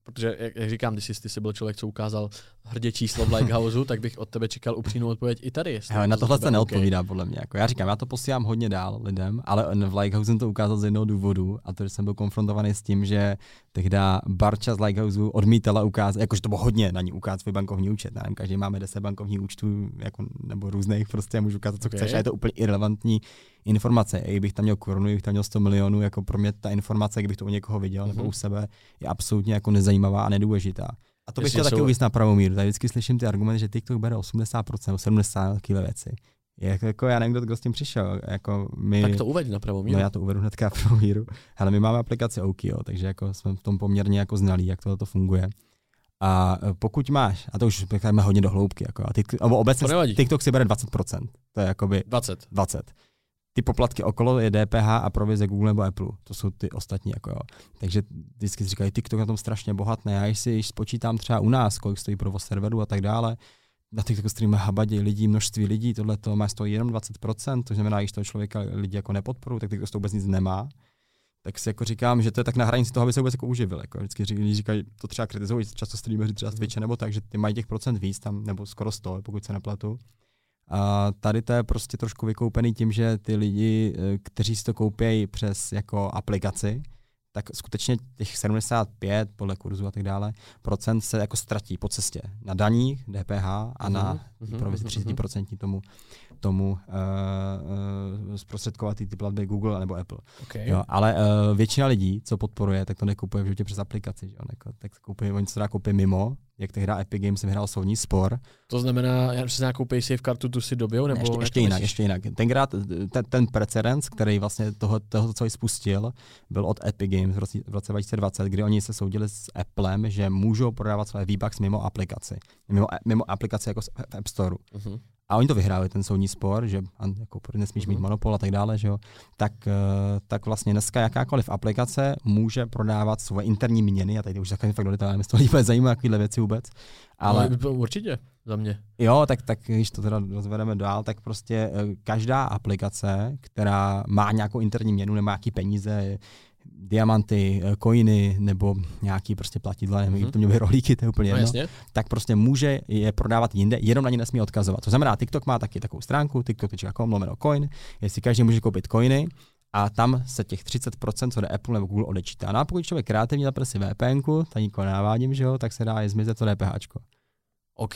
A: protože, jak, jak říkám, když jsi, ty jsi byl člověk, co ukázal hrdě číslo v Likehouse, tak bych od tebe čekal upřímnou odpověď i tady.
B: Hele, na tohle se neodpovídá okay. podle mě. Jako já říkám, já to posílám hodně dál lidem, ale v Likehouse jsem to ukázal z jednoho důvodu, a to, že jsem byl konfrontovaný s tím, že tehdy Barča z Likehouse odmítala ukázat, jakože to bylo hodně na ní ukázat svůj bankovní účet. Nevím, každý máme deset bankovních účtů, jako, nebo různých, prostě můžu ukázat, co okay. chceš, a je to úplně irrelevantní informace. I kdybych tam měl korunu, kdybych tam měl sto milionů, jako pro mě ta informace, kdybych to u někoho viděl, mm-hmm. nebo u sebe, je absolutně jako nezajímavá a nedůležitá. A to bych chtěl taky jsou... uvíct na pravou míru. Tady vždycky slyším ty argumenty, že TikTok bere osmdesát procent, sedmdesát procent takové věci. Jako, jako já nevím, kdo s tím přišel. Jako my...
A: Tak to uveď na pravou míru.
B: No já to uvedu hnedka na pravou míru. Ale my máme aplikaci Okio, takže jako jsme v tom poměrně jako znalí, jak tohle to funguje. A pokud máš, a to už máme hodně do hloubky, jako, a TikTok, obecně TikTok si bere dvacet procent. To je jakoby
A: dvacet.
B: dvacet. Ty poplatky okolo je D P H a provize Google nebo Apple. To jsou ty ostatní. Jako jo. Takže vždycky si říkají, TikTok na tom strašně bohatné. Já si již spočítám třeba u nás, kolik stojí provoz serveru a tak dále. Na TikToku streamuje habadě lidí, množství lidí, tohle to má stojí jenom dvacet procent, to znamená, že toho člověka lidi jako nepodporují, tak TikTok to vůbec nic nemá. Tak si jako říkám, že to je tak na hranici toho, aby se vůbec jako uživil. Jako vždycky říkají, říkají, to třeba kritizují, často streameři třeba z Twitche nebo tak, že ty mají těch procent víc tam, nebo skoro sto, pokud se nepletu. A tady to je prostě trošku vykoupený tím, že ty lidi, kteří si to koupí přes jako aplikaci, tak skutečně těch sedmdesát pět podle kurzu a tak dále procent se jako ztratí po cestě na daních, D P H a na uh-huh, provizi třicet procent tomu, tomu uh, uh, zprostředkovat ty platby Google nebo Apple.
A: Okay.
B: Jo, ale uh, většina lidí, co podporuje, tak to nekupuje v životě přes aplikaci. Že? Jako, tak kupuje, oni se dá koupit mimo, jak tehdy Epic Games vyhrál soudní spor.
A: To znamená, já si nějakou pay safe kartu tu si dobijou? Nebo
B: ještě, ještě jinak, ještě jinak. Tenkrát ten, ten precedens, který vlastně toho, toho, co spustil, byl od Epic Games v roce, v roce dva tisíce dvacet, kdy oni se soudili s Applem, že můžou prodávat své V-Bucks mimo aplikaci. Mimo, mimo aplikaci jako v App Store. Uh-huh. A oni to vyhráli, ten soudní spor, že jako nesmíš mít monopol a tak dále, že jo. Tak, tak vlastně dneska jakákoliv aplikace může prodávat svoje interní měny, a tady už zakladím fakt do detailů, mě to vůbec zajímá, jakýhle věci vůbec. Ale
A: no, určitě, za mě.
B: Jo, tak, tak když to teda rozvedeme dál, tak prostě každá aplikace, která má nějakou interní měnu, nemá nějaký peníze, diamanty, coiny nebo nějaký prostě platidla, nevím, mm-hmm. to měly rohlíky, to je úplně jedno, no, tak prostě může je prodávat jinde, jenom na ně nesmí odkazovat. To znamená, TikTok má taky takovou stránku, tiktok tečka com lomeno coin, jestli každý může koupit coiny a tam se těch třicet procent, co jde Apple nebo Google, odečítá. No a pokud člověk kreativně zapne si VPNku, tady nikoho navádím, že jo, tak se dá je zmizet to DPHčko.
A: OK.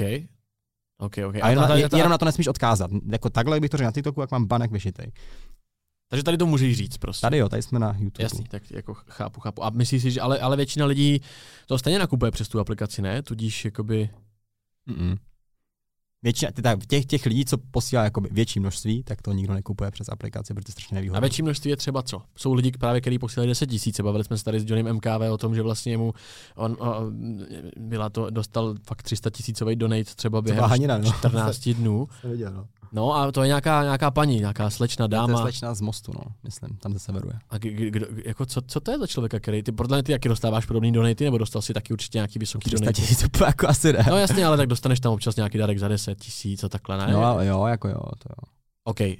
A: Okay, okay.
B: A, a jenom, na, jenom na to nesmíš odkázat. Jako takhle bych to řekl na TikToku, jak mám banek vyšitej.
A: Takže tady to můžeš říct prostě.
B: Tady jo, tady jsme na YouTube.
A: Jasný, tak jako chápu, chápu. A myslíš si, že ale, ale většina lidí to stejně nakupuje přes tu aplikaci, ne? Tudíž jakoby...
B: Mm-mm. Většina, tak těch, těch lidí, co posílá jakoby větší množství, tak to nikdo nekupuje přes aplikaci, protože to je strašně nevýhodné.
A: A větší množství je třeba co? Jsou lidi právě, kteří posílají deset tisíc. Bavili jsme se tady s Johnnym M K V o tom, že vlastně mu on, on byla to, dostal fakt tři sta tisícový donate třeba během Hanina, no. čtrnáct dnů.
B: Viděl, no.
A: No a to je nějaká, nějaká paní, nějaká slečna dáma.
B: To je slečna z Mostu, no, myslím, tam se severuje.
A: A kdo, jako co, co to je za člověka, který ty, podle mě ty jaký dostáváš podobný donaty, nebo dostal si taky určitě nějaký vysoký donate?
B: tři sta tisíc jako asi ne.
A: No jasně, ale tak dostaneš tam občas nějaký darek za deset tisíc a takhle, ne?
B: No jo, jako jo, to jo.
A: OK, uh,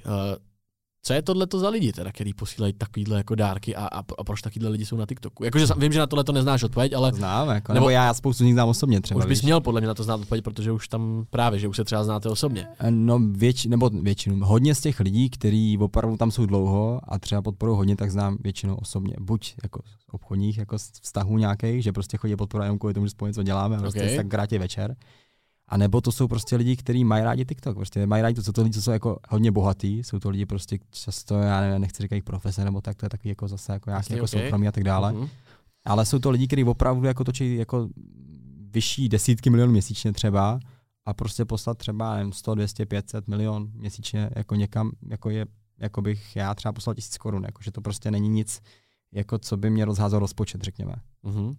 A: co je tohleto za lidi teda, který posílají takovýhle jako dárky a, a, a proč takovýhle lidi jsou na TikToku? Jakože vím, že na tohle to neznáš odpověď, ale...
B: Znám, jako, nebo, nebo já spoustu z nich znám osobně třeba.
A: Už bys
B: víš?
A: měl podle mě na to znát odpověď, protože už tam právě, že už se třeba znáte osobně.
B: No věč, nebo většinu, hodně z těch lidí, kteří opravdu tam jsou dlouho a třeba podporují hodně, tak znám většinou osobně. Buď jako z obchodních jako z vztahů nějakých, že prostě chodí podporovat jenom kvůli tomu, že spolu něco děláme a prostě okay. tak krátě večer. A nebo to jsou prostě lidi, kteří mají rádi TikTok, prostě mají rádi to, co to lidi, co jsou jako hodně bohatý, jsou to lidi prostě často, já nevím, nechci říkat jejich profese, nebo tak, to je taky jako zase jako nějaký jako okay. soukromí a tak dále. Uh-huh. Ale jsou to lidi, kteří opravdu jako točí jako vyšší desítky milionů měsíčně třeba a prostě poslat třeba nevím, sto, dvě stě, pět set milion měsíčně jako někam, jako je, jako bych já třeba poslal tisíc korun, jako že to prostě není nic, jako co by mě rozházel rozpočet, řekněme. Uh-huh.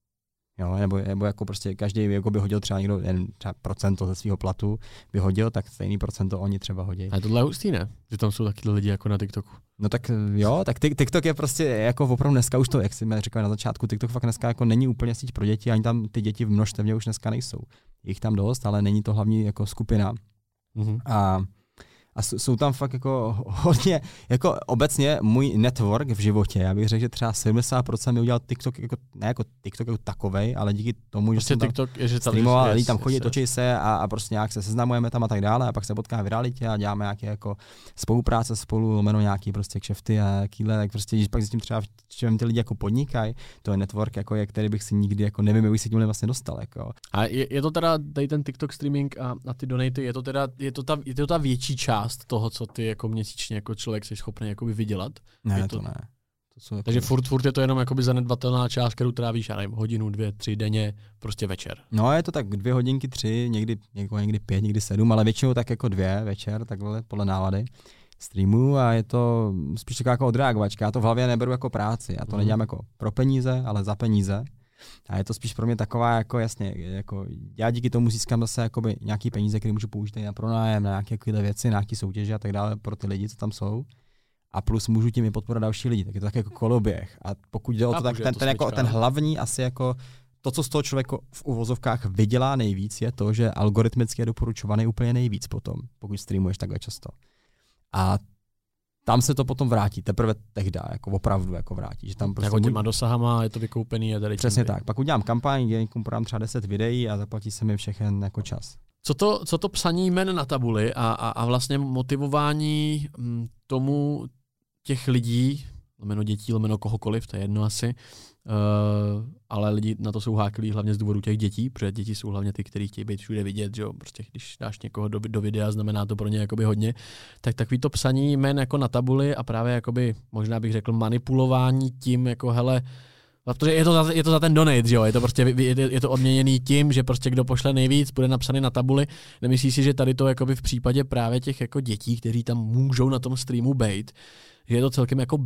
B: Jo, nebo, nebo jako prostě každý jako by hodil třeba někdo jen třeba procento ze svého platu by hodil, tak stejný procento oni třeba hodí.
A: A tohle je hustý, ne? Že tam jsou taky lidi jako na TikToku.
B: No tak jo, tak TikTok je prostě jako opravdu dneska už to, jak jsme říkali na začátku, TikTok fakt dneska jako není úplně síť pro děti, ani tam ty děti v množstevně už dneska nejsou. Je jich tam dost, ale není to hlavní jako skupina. Mm-hmm. A A jsou tam fakt jako hodně, jako obecně můj network v životě, já bych řekl, že třeba sedmdesát procent mi udělal TikTok, jako, ne jako TikTok jako takovej, ale díky tomu, že
A: prostě
B: jsem tam
A: TikTok je, že tam
B: streamoval, lidi tam
A: yes,
B: chodí,
A: yes,
B: točí se a, a prostě nějak se seznamujeme tam a tak dále a pak se potkáme v realitě a děláme nějaké jako spolupráce spolu, jméno nějaký prostě kšefty a jakýhle, tak prostě když pak zjistím třeba, v čem ty lidi jako podnikají, to je network, jako je, který bych si nikdy jako nevím, jak bych si tímhle vlastně dostal. Jako.
A: A je, je to teda tady ten TikTok streaming a, a ty donaty, je to teda, je to ta, je to ta větší část toho, co ty jako měsíčně jako člověk jsi schopný jakoby vydělat?
B: Ne,
A: je
B: to, to ne. To jsou jako...
A: Takže furt, furt je to jenom jakoby zanedbatelná část, kterou trávíš, já nevím, hodinu, dvě, tři denně, prostě večer.
B: No je to tak dvě hodinky, tři, někdy, někdy, někdy pět, někdy sedm, ale většinou tak jako dvě večer, takhle podle nálady streamu a je to spíš taková jako odreagovačka. Já to v hlavě neberu jako práci, já to mm. nedělám jako pro peníze, ale za peníze. A je to spíš pro mě taková, jako jasně, jako já díky tomu získám zase jakoby nějaký peníze, které můžu použít na pronájem, na nějaké takové věci, na nějaké soutěže a tak dále pro ty lidi, co tam jsou. A plus můžu tím i podporovat další lidi, tak je to tak jako koloběh. A pokud jde o to, tak ten, ten, jako, ten hlavní asi jako to, co z toho člověka v uvozovkách vydělá nejvíc, je to, že algoritmicky je doporučovaný úplně nejvíc potom, pokud streamuješ takhle často. A tam se to potom vrátí, teprve tehdy, jako opravdu jako vrátí. Že tam prostě
A: jako těma dosahama je to vykoupený a tady
B: přesně tak. Pak udělám kampaň, kde někomu podám třeba deset videí a zaplatí se mi všechen jako čas.
A: Co to, co to psaní jmen na tabuli a, a, a vlastně motivování m, tomu těch lidí, lomeno dětí, lomeno kohokoliv, to je jedno asi, uh, ale lidi na to jsou háklí hlavně z důvodu těch dětí, protože děti jsou hlavně ty, kteří chtějí být všude vidět, že jo, prostě když dáš někoho do, do videa, znamená to pro ně jakoby hodně, tak takový to psaní jmen jako na tabuli a právě jakoby, možná bych řekl manipulování tím, jako hele, protože je to za, je to za ten donate, že jo, je to prostě je, je to odměněný tím, že prostě kdo pošle nejvíc, bude napsaný na tabuli. Nemyslíš si, že tady to jakoby v případě právě těch jako dětí, kteří tam můžou na tom streamu být, že je to celkem jako,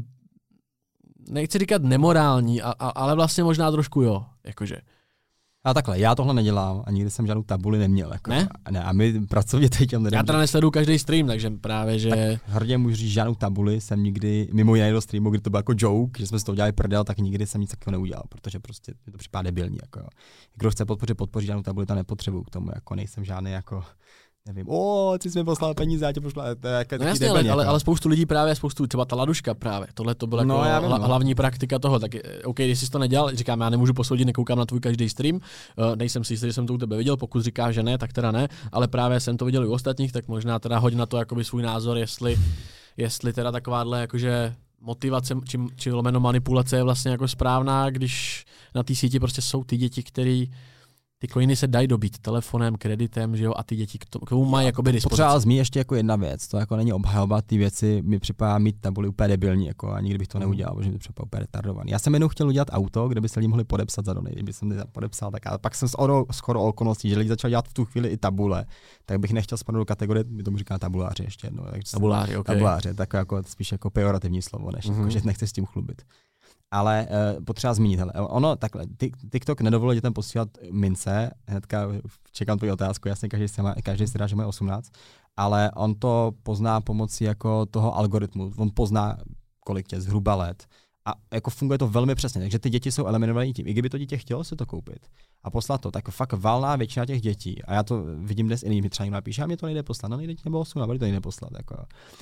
A: nechci říkat nemorální, a, a, ale vlastně možná trošku jo, jakože.
B: A takhle, já tohle nedělám a nikdy jsem žádnou tabuli neměl. Jako,
A: ne?
B: A, ne? A my pracovně teď tam
A: Já teda nesleduju každý stream, takže právě, že...
B: Tak hrdě můžu říct, žádnou tabuli jsem nikdy, mimo jiné do streamu, kdy to byl jako joke, že jsme z toho dělali prdel, tak nikdy jsem nic takového neudělal, protože prostě mi to připadá debilní. Jako, kdo chce podpořit, podpořit žádnou tabuli, tam nepotřebuju k tomu, jako nejsem žádný jako... Nevím, o, ty jsi mi poslal peníze, já tě pošla, to je jako
A: no jasně,
B: debilní,
A: ale,
B: jako.
A: ale spoustu lidí právě, spoustu, třeba ta laduška právě, tohle to byla
B: no,
A: jako
B: vím,
A: hla,
B: no.
A: hlavní praktika toho, tak OK, když jsi to nedělal, říkám, já nemůžu posoudit, nekoukám na tvůj každý stream, uh, nejsem si jistý, že jsem to u tebe viděl, pokud říkáš, že ne, tak teda ne, ale právě jsem to viděl i u ostatních, tak možná teda hoď na to jakoby svůj názor, jestli, jestli teda takováhle jakože motivace či, či lomeno manipulace je vlastně jako správná, když na té síti prostě jsou ty děti, které ty coiny se dají dobít telefonem, kreditem, že jo, a ty děti k tomu, k tomu mají jakoby dispozici.
B: Potřeba zmínit ještě jako jedna věc, to jako není obhajoba, ty věci mi připadá mít tabuli úplně debilní, jako a nikdy bych to mm. neudělal, protože mi to připadá úplně retardovaný. Já jsem jednou chtěl udělat auto, kde by se lidi mohli podepsat za donate, kdyby jsem podepsal, tak a pak jsem skoro okolností, že lidi začali dělat v tu chvíli i tabule, tak bych nechtěl spadnout do kategorie, my tomu říká tabuláři ještě jednou.
A: Tabuláři, okay.
B: Tabuláři, tak jako spíš jako pejorativní slovo, než mm. jako, že nechci s tím chlubit. Ale uh, potřeba zmínit, hele, ono takhle, TikTok nedovolil dětem posílat mince, hnedka čekám tvoji otázku, jasně, každý si, má, každý si dá, že má osmnáct, ale on to pozná pomocí jako toho algoritmu, on pozná, kolik tě zhruba let a jako funguje to velmi přesně, takže ty děti jsou eliminované tím, i kdyby to dítě chtělo si to koupit a poslat to, tak fakt valná většina těch dětí, a já to vidím dnes i mi třeba někdo napíše, a mě to nejde poslat, no nejde ti nebo osm, ale to nejde poslat. Jako.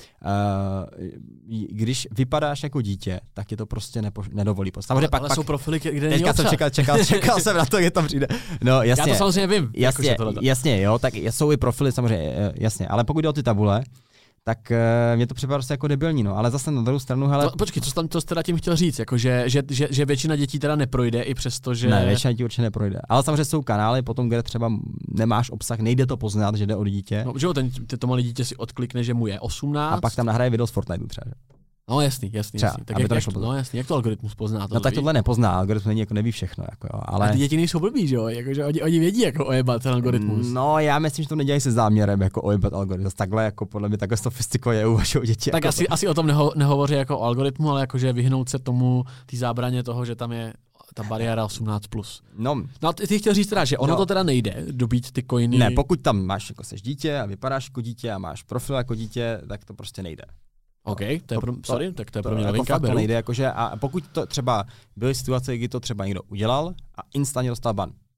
B: Uh, když vypadáš jako dítě, tak tě to prostě nepo, nedovolí poslat.
A: Ale,
B: pak,
A: ale
B: pak,
A: jsou profily, kde není
B: jsem čekal, čekal, čekal jsem na to, že tam přijde. No, jasně,
A: já to samozřejmě vím.
B: Jasně,
A: jako
B: jasně, jo, tak jsou i profily samozřejmě, jasně, ale pokud jde o ty tabule, tak uh, mě to připadá prostě jako debilní, no, ale zase na druhou stranu, hele...
A: No, počkej, co jsi tam to jsi teda tím chtěl říct, jako že, že, že, že většina dětí teda neprojde i přesto, že...
B: Ne, většina dětí určitě neprojde, ale samozřejmě jsou kanály potom, kde třeba nemáš obsah, nejde to poznat, že jde o dítě.
A: No, že jo, ten, to malé dítě si odklikne, že mu je osmnáct.
B: A pak tam nahraje video z Fortniteu třeba.
A: No jasný, jasný,
B: třeba,
A: jasný. Tak jak, jak, no jasný, jak to algoritmus pozná? To
B: no tak tohle nepozná, algoritmus není, jako neví všechno. Jako, jo, ale...
A: A ty děti nejsou blbý, že jo? Jakože oni, oni vědí, jako ojebat ten algoritmus.
B: No já myslím, že to nedělají se záměrem, jako ojebat algoritmus. Takhle, jako podle mě, takhle sofistikuje u vašeho děti.
A: Tak
B: jako
A: asi,
B: to...
A: asi o tom neho, nehovoří jako o algoritmu, ale jakože vyhnout se tomu, té zábraně toho, že tam je ta bariéra osmnáct plus.
B: No,
A: no ty, ty chtěl říct teda, že ono
B: no.
A: to teda nejde, dobít ty coiny.
B: Ne, pokud tam máš jako seš dítě a vypadáš jako dítě a máš profil jako dítě, tak to prostě nejde.
A: OK, to je pro, to, sorry, tak to je
B: to,
A: pro mě
B: jako
A: novinka, beru.
B: To nejde, jakože, a pokud to třeba byly situace, kdy to třeba někdo udělal a instantně dostal ban.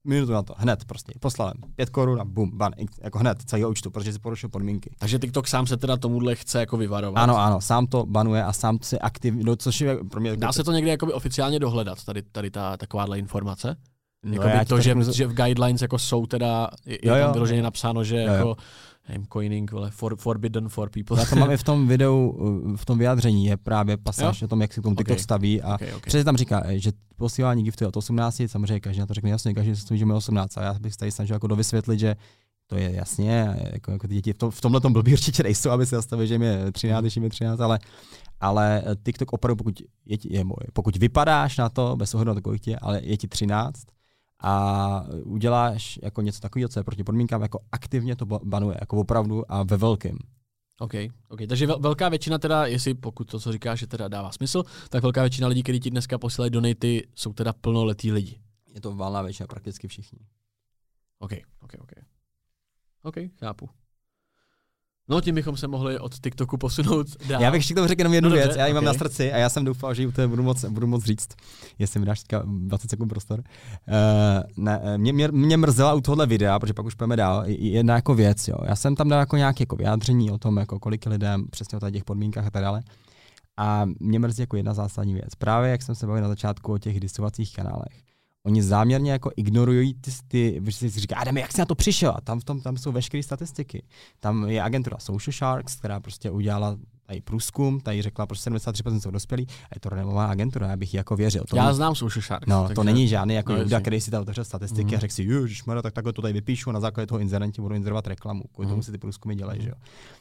B: minutu na to, hned prostě, poslal pět korun a bum, ban, jako hned, celého účtu, protože si porušil podmínky.
A: Takže TikTok sám se teda tomuhle chce jako vyvarovat.
B: Ano, ano, sám to banuje a sám se aktivně, no, což je pro mě...
A: Dá se to někdy jakoby oficiálně dohledat, tady, tady ta takováhle informace?
B: No,
A: jakoby to, že, že v guidelines jako jsou teda, je,
B: jo,
A: je tam
B: jo.
A: vyloženě napsáno, že
B: jo, jo.
A: jako nevím, coining, vole, for, forbidden for people.
B: Já to mám i v tom videu, v tom vyjádření je právě pasáž o tom, jak se k tomu TikTok
A: okay.
B: staví a
A: okay, okay.
B: přesně tam říká, že posílání giftu je od osmnácti, samozřejmě každý na to řekne jasně, každý se stojí, že má osmnáct a já bych tady snažil jako dovysvětlit, že to je jasně, jako, jako ty děti v, tom, v tomhle tom blbý určitě nejsou, aby se zastavili, že jim je třináct, když jim je třináct, ale, ale TikTok opravdu, pokud, je, je, pokud vypadáš na to, bez ohledu na to, kolik tě, ale je ti třináct, a uděláš jako něco takového, co je proti podmínkám, jako aktivně to banuje, jako opravdu a ve velkém.
A: OK, OK. Takže velká většina teda, jestli pokud to, co říkáš, že teda dává smysl, tak velká většina lidí, kteří ti dneska posílají donaty, jsou teda plnoletí lidi.
B: Je to valná většina, prakticky všichni.
A: OK, OK, OK. OK, chápu. No, tím bychom se mohli od TikToku posunout dál.
B: Já bych ještě k tomu řekl jenom jednu
A: no,
B: věc,
A: dobře,
B: já ji mám
A: okay.
B: na srdci a já jsem doufal, že ji u tebe budu moc, budu moc říct, jestli mi dáš dvacet sekund prostor. Uh, ne, mě, mě, mě mrzela u tohle videa, protože pak už půjdeme dál, jedna jako věc, jo. Já jsem tam dal jako nějaké jako vyjádření o tom, jako kolik lidem, přesně o těch podmínkách a tak dále. A mě mrzí jako jedna zásadní věc. Právě jak jsem se bavil na začátku o těch distovacích kanálech. Oni záměrně jako ignorují ty, ty že si říká, Adam, jak jsi na to přišel? A tam, v tom, tam jsou veškeré statistiky. Tam je agentura Social Sharks, která prostě udělala tady průzkum, tady řekla, prostě sedmdesát tři procent jsou dospělí, a je to renomovaná agentura, já bych jí jako věřil. To
A: já
B: není,
A: znám Social Sharks.
B: No,
A: takže...
B: to není žádný jako
A: no,
B: údaj, který si tam otevřel statistiky mm. a řekl si, ježišmarja, tak takhle to tady vypíšu a na základě toho inzerenti budou inzerovat reklamu. Kvůli mm. tomu si ty průzkumy dělají, mm. že jo.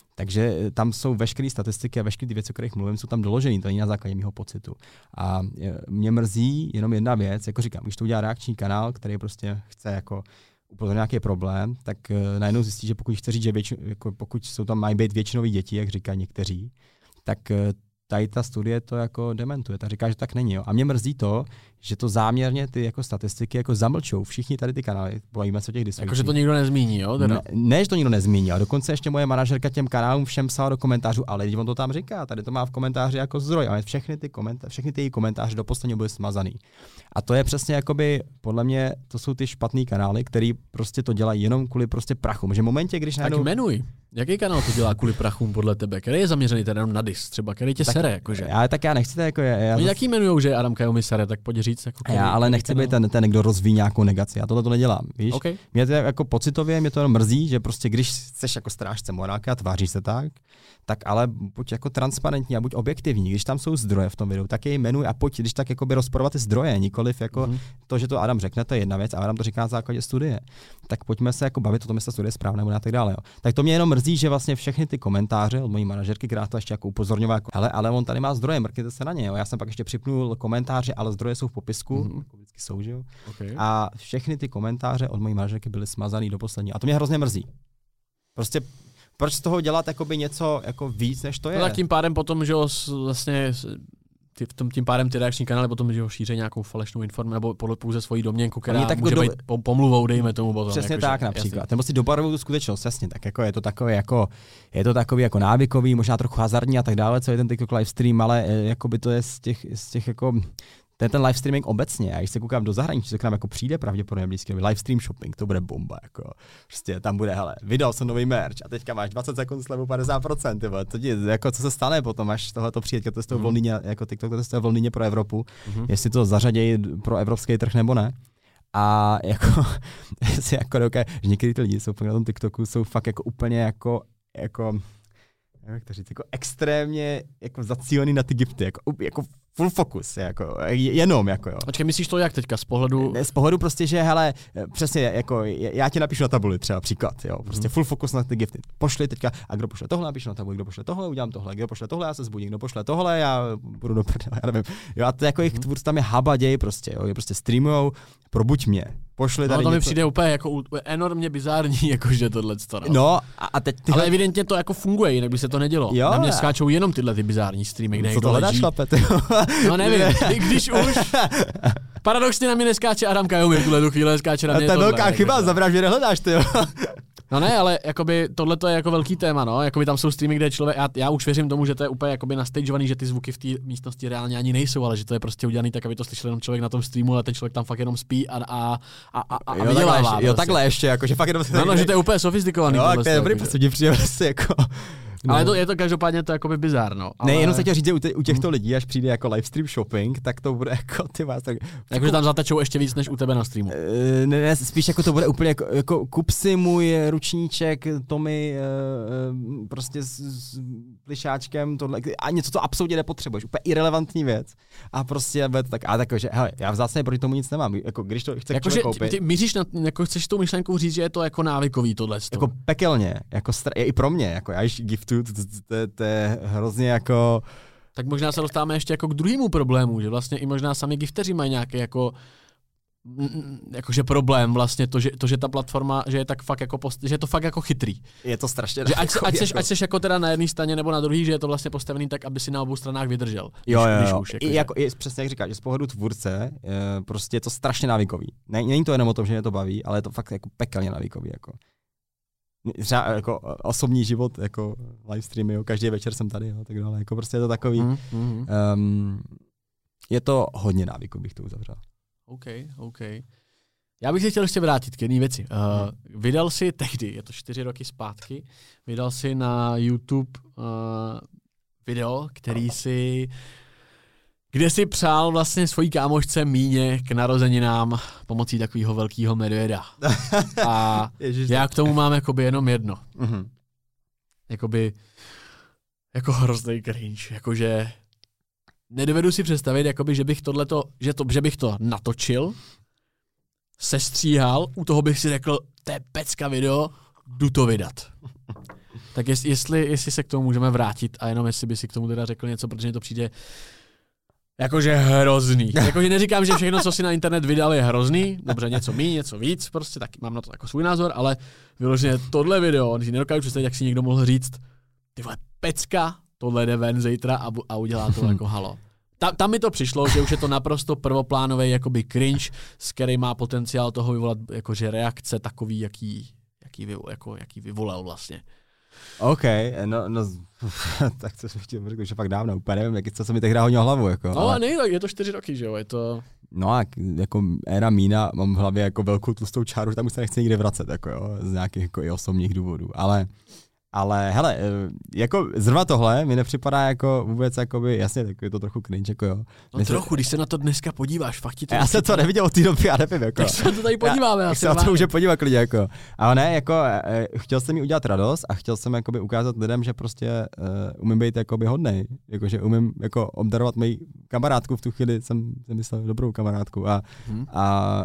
B: Takže tam jsou veškeré statistiky a veškeré ty věci, o kterých mluvím, jsou tam doložené, to není na základě mého pocitu. A mě mrzí jenom jedna věc, jako říkám, když to udělá reakční kanál, který prostě chce jako upozornit nějaký problém, tak uh, najednou zjistí, že pokud chce říct, že větši, jako pokud jsou tam mají být většinový děti, jak říkají někteří, tak uh, tady ta studie to jako dementuje, ta říká, že tak není. Jo. A mě mrzí to, že to záměrně ty jako statistiky jako zamlčou. Všichni tady ty kanály, bojíme se o těch diskusích.
A: Jakože to nikdo nezmíní, jo?
B: Ne, ne, že to nikdo nezmíní, a dokonce ještě moje manažerka těm kanálům všem psala do komentářů, ale on to tam říká, tady to má v komentáři jako zdroj, ale všechny ty, komentáře, všechny ty komentáře do posledního byly smazaný. A to je přesně jakoby, podle mě, to jsou ty špatný kanály, který prostě to dělají jenom kvůli prostě prachům. Že v momentě, když najednou...
A: Tak jmenuj. Jaký kanál to dělá kvůli prachům podle tebe? Který je zaměřený teda jenom na dis, třeba který tě tak, sere, jakože.
B: Já tak já nechci to jako já.
A: Oni taky jmenujou, že Adam Kajomi sere, tak pojď říct jako.
B: Který, já ale nechci být ten, ten, kdo rozvíjí nějakou negaci. Já tohle to nedělám, víš?
A: Okay.
B: Mě to jako pocitově mě to jenom mrzí, že prostě když chceš jako strážce morálky a tváříš se tak, tak ale buď jako transparentní a buď objektivní. Když tam jsou zdroje v tom videu, tak je jmenuj a pojď, když tak jakoby rozporovat ty zdroje, nikoliv jako mm-hmm. to, že to Adam řekne, to je jedna věc, a Adam to říká na základě studie. Tak pojďme se jako bavit o tom, jestli ta studie je správná nebo a tak dále. Jo. Tak to mě jenom mrzí, že vlastně všechny ty komentáře od mojí manažerky, která to ještě jako upozorňovala, jako, ale, ale on tady má zdroje, mrkněte se na ně. Jo. Já jsem pak ještě připnul komentáře, ale zdroje jsou v popisku, mm-hmm. jako vždycky jsou, že jo.
A: Okay.
B: A všechny ty komentáře od mojí manažerky byly smazaný do posledního. A to mě hrozně mrzí. Prostě proč z toho dělat jakoby něco jako víc, než to je?
A: No tak tím pádem potom, že vlastně ty, tím pádem ty reakční kanály potom, že ho šíří nějakou falešnou informaci nebo podle pouze svoji domněnku, která tak může do... být pomluvou, dejme tomu potom.
B: Přesně
A: jako,
B: tak
A: že,
B: například. Nebo si dobarují tu skutečnost, jasně, tak jako je to takový jako je to takový jako návykový, možná trochu hazardní a tak dále, co je ten TikTok livestream, ale jakoby to je z těch, z těch jako ten, ten live streaming obecně, a když se koukám do zahraničí, co k nám jako přijde pravděpodobně blízky, live stream shopping, to bude bomba, jako. Prostě tam bude, hele, vydal jsem nový merch a teďka máš dvacet sekund slevu padesát procent, tyvo. To je, jako co se stane potom, až tohleto přijde, to je v Londýně, jako TikTok, to je v Londýně pro Evropu, mm-hmm. jestli to zařadějí pro evropský trh nebo ne. A jako, si jako dokáže, že některý ty lidi jsou na tom TikToku, jsou fakt jako úplně jako, jako jak to říct, jako extrémně jako zacílený na ty gifty, jako, jako full focus, jako, jenom, jako jo.
A: Počkej, myslíš to jak teďka, z pohledu?
B: Z pohledu prostě, že hele, přesně, jako, já ti napíšu na tabuli třeba příklad, jo, prostě full focus na ty gifty. Pošli teďka, a kdo pošle tohle, napíšu na tabuli, kdo pošle tohle, udělám tohle, kdo pošle tohle, já se zbudím, kdo pošle tohle, já budu do prdele, já nevím. Jo, a to jako jich tvůrci tam je habaděj prostě, jo, je prostě streamujou, probuď mě. Pošli tady
A: no, to mi
B: něco...
A: přijde úplně jako enormně bizární, jakože tohle no.
B: no a, a teď tyhle...
A: Ale evidentně to jako funguje, jinak by se to nedělo.
B: Jo,
A: na mě skáčou jenom tyhle ty bizární streamy, kde
B: co to hledáš, šlape, ty?
A: No nevím, když už. Paradoxně na mě neskáče Adam Kajomi, v tuhle chvíli skáče na mě
B: to je
A: tohle,
B: velká chyba,
A: jako
B: zabráš, že nehledáš, ty jo.
A: No ne, ale jakoby tohle to je jako velký téma, no. Jakoby tam jsou streamy, kde člověk, já, já už věřím tomu, že to je úplně jakoby nastageovaný, že ty zvuky v té místnosti reálně ani nejsou, ale že to je prostě udělaný tak, aby to slyšel jenom člověk na tom streamu a ten člověk tam fakt jenom spí a a a a, a
B: jo,
A: vydělává.
B: Takhle,
A: prostě.
B: Jo, takhle ještě, jako, že fakt jenom...
A: No, no, že to je úplně sofistikovaný.
B: No,
A: tohle
B: to je dobrý,
A: jako,
B: prostě přijde prostě jako...
A: No. Ale to, je to každopádně to jakoby bizár, no. Ale...
B: Ne, jenom se chtěl říct, že u, tě, u těchto lidí, až přijde jako livestream shopping, tak to bude jako ty vás tak...
A: Jakože tam zatečou ještě víc než u tebe na streamu.
B: Uh, ne, ne, spíš jako to bude úplně jako, jako kup si můj ručníček, Tommy, uh, prostě s, s plišáčkem, tohle, a něco, co absolutně nepotřebuješ, úplně irelevantní věc. A prostě bude to tak, a tak, že hele, já v zásadě proti tomu nic nemám, jako když to chce
A: jako,
B: člověk koupit.
A: Ty míříš na, jako chceš tou myšlenkou říct, že je to jako návykový tohle.
B: Jako pekelně, jako stra- i pro mě, jako já již giftu, to, to, to, to je hrozně jako...
A: Tak možná se dostáváme ještě jako k druhému problému, že vlastně i možná sami gifteři mají nějaký jako jakože problém vlastně to, že, to, že ta platforma, že je tak fakt jako, post, že je to fakt jako chytrý.
B: Je to strašně...
A: Že ať,
B: jako,
A: ať, seš,
B: jako...
A: ať seš jako teda na jedné straně nebo na druhé, že je to vlastně postavený tak, aby si na obou stranách vydržel.
B: Jo,
A: když,
B: jo,
A: když
B: jo.
A: Už, jako,
B: I, jako, i, přesně jak říkáš, že z pohledu tvůrce je, prostě je to strašně návykový. Ne, není to jenom o tom, že mě to baví, ale je to fakt jako pekelně návykový. Jako. Třeba jako osobní život, jako livestreamy, jo, každý večer jsem tady, jo, tak dále, jako prostě je to takový, mm, mm. Um, je to hodně návykový, bych to uzavřel.
A: OK, OK. Já bych se chtěl ještě vrátit k jedné věci. Uh, vydal si tehdy, je to čtyři roky zpátky, vydal si na YouTube uh, video, který si, kde si přál vlastně svojí kámošce Míně k narozeninám pomocí takového velkého medvěda. A já k tomu mám jakoby jenom jedno. Mm-hmm. Jakoby jako hrozný cringe, jakože nedovedu si představit, jakoby, že bych tohleto, že, to, že bych to natočil, sestříhal, u toho bych si řekl, to je pecka video, jdu to vydat. Tak jest, jestli, jestli se k tomu můžeme vrátit a jenom jestli by si k tomu teda řekl něco, protože mi to přijde jakože hrozný. Jakože neříkám, že všechno, co si na internet vydal, je hrozný, dobře, něco míň, něco víc, prostě tak mám na to jako svůj názor, ale vyloženě tohle video, si nedokážu představit, jak si někdo mohl říct, ty vole, pecka, tohle jde ven zítra a, a udělá to jako halo. Ta, tam mi to přišlo, že už je to naprosto prvoplánový jakoby cringe, s který má potenciál toho vyvolat jakože reakce takový, jaký, jaký, vy, jako, jaký vyvolal vlastně.
B: OK, no, no tak co jsem chtěl říct, že fakt dávno, úplně nevím, jak, co se mi tehdy hodně hlavu. Jako,
A: no ale ne, je to čtyři roky, že jo, je to...
B: No a jako éra Mína, mám v hlavě jako velkou tlustou čáru, tam už se nechci nikde vracet, jako jo, z nějakých jako i osobních důvodů, ale... Ale hele, jako zrovna tohle mi nepřipadá jako vůbec jakoby, jasně, tak je to trochu cringe, jako jo.
A: No
B: Myslím,
A: trochu, když se na to dneska podíváš, fakt ti to...
B: Já se to neviděl od té doby, já nevím, jako.
A: Tak se na to tady podíváme.
B: Já se na to může podívat klidně, jako. Ale ne, jako, chtěl jsem mi udělat radost a chtěl jsem jakoby ukázat lidem, že prostě uh, umím být jakoby hodnej, jako, že umím jako obdarovat moji kamarádku, v tu chvíli jsem si myslel dobrou kamarádku a, hmm. a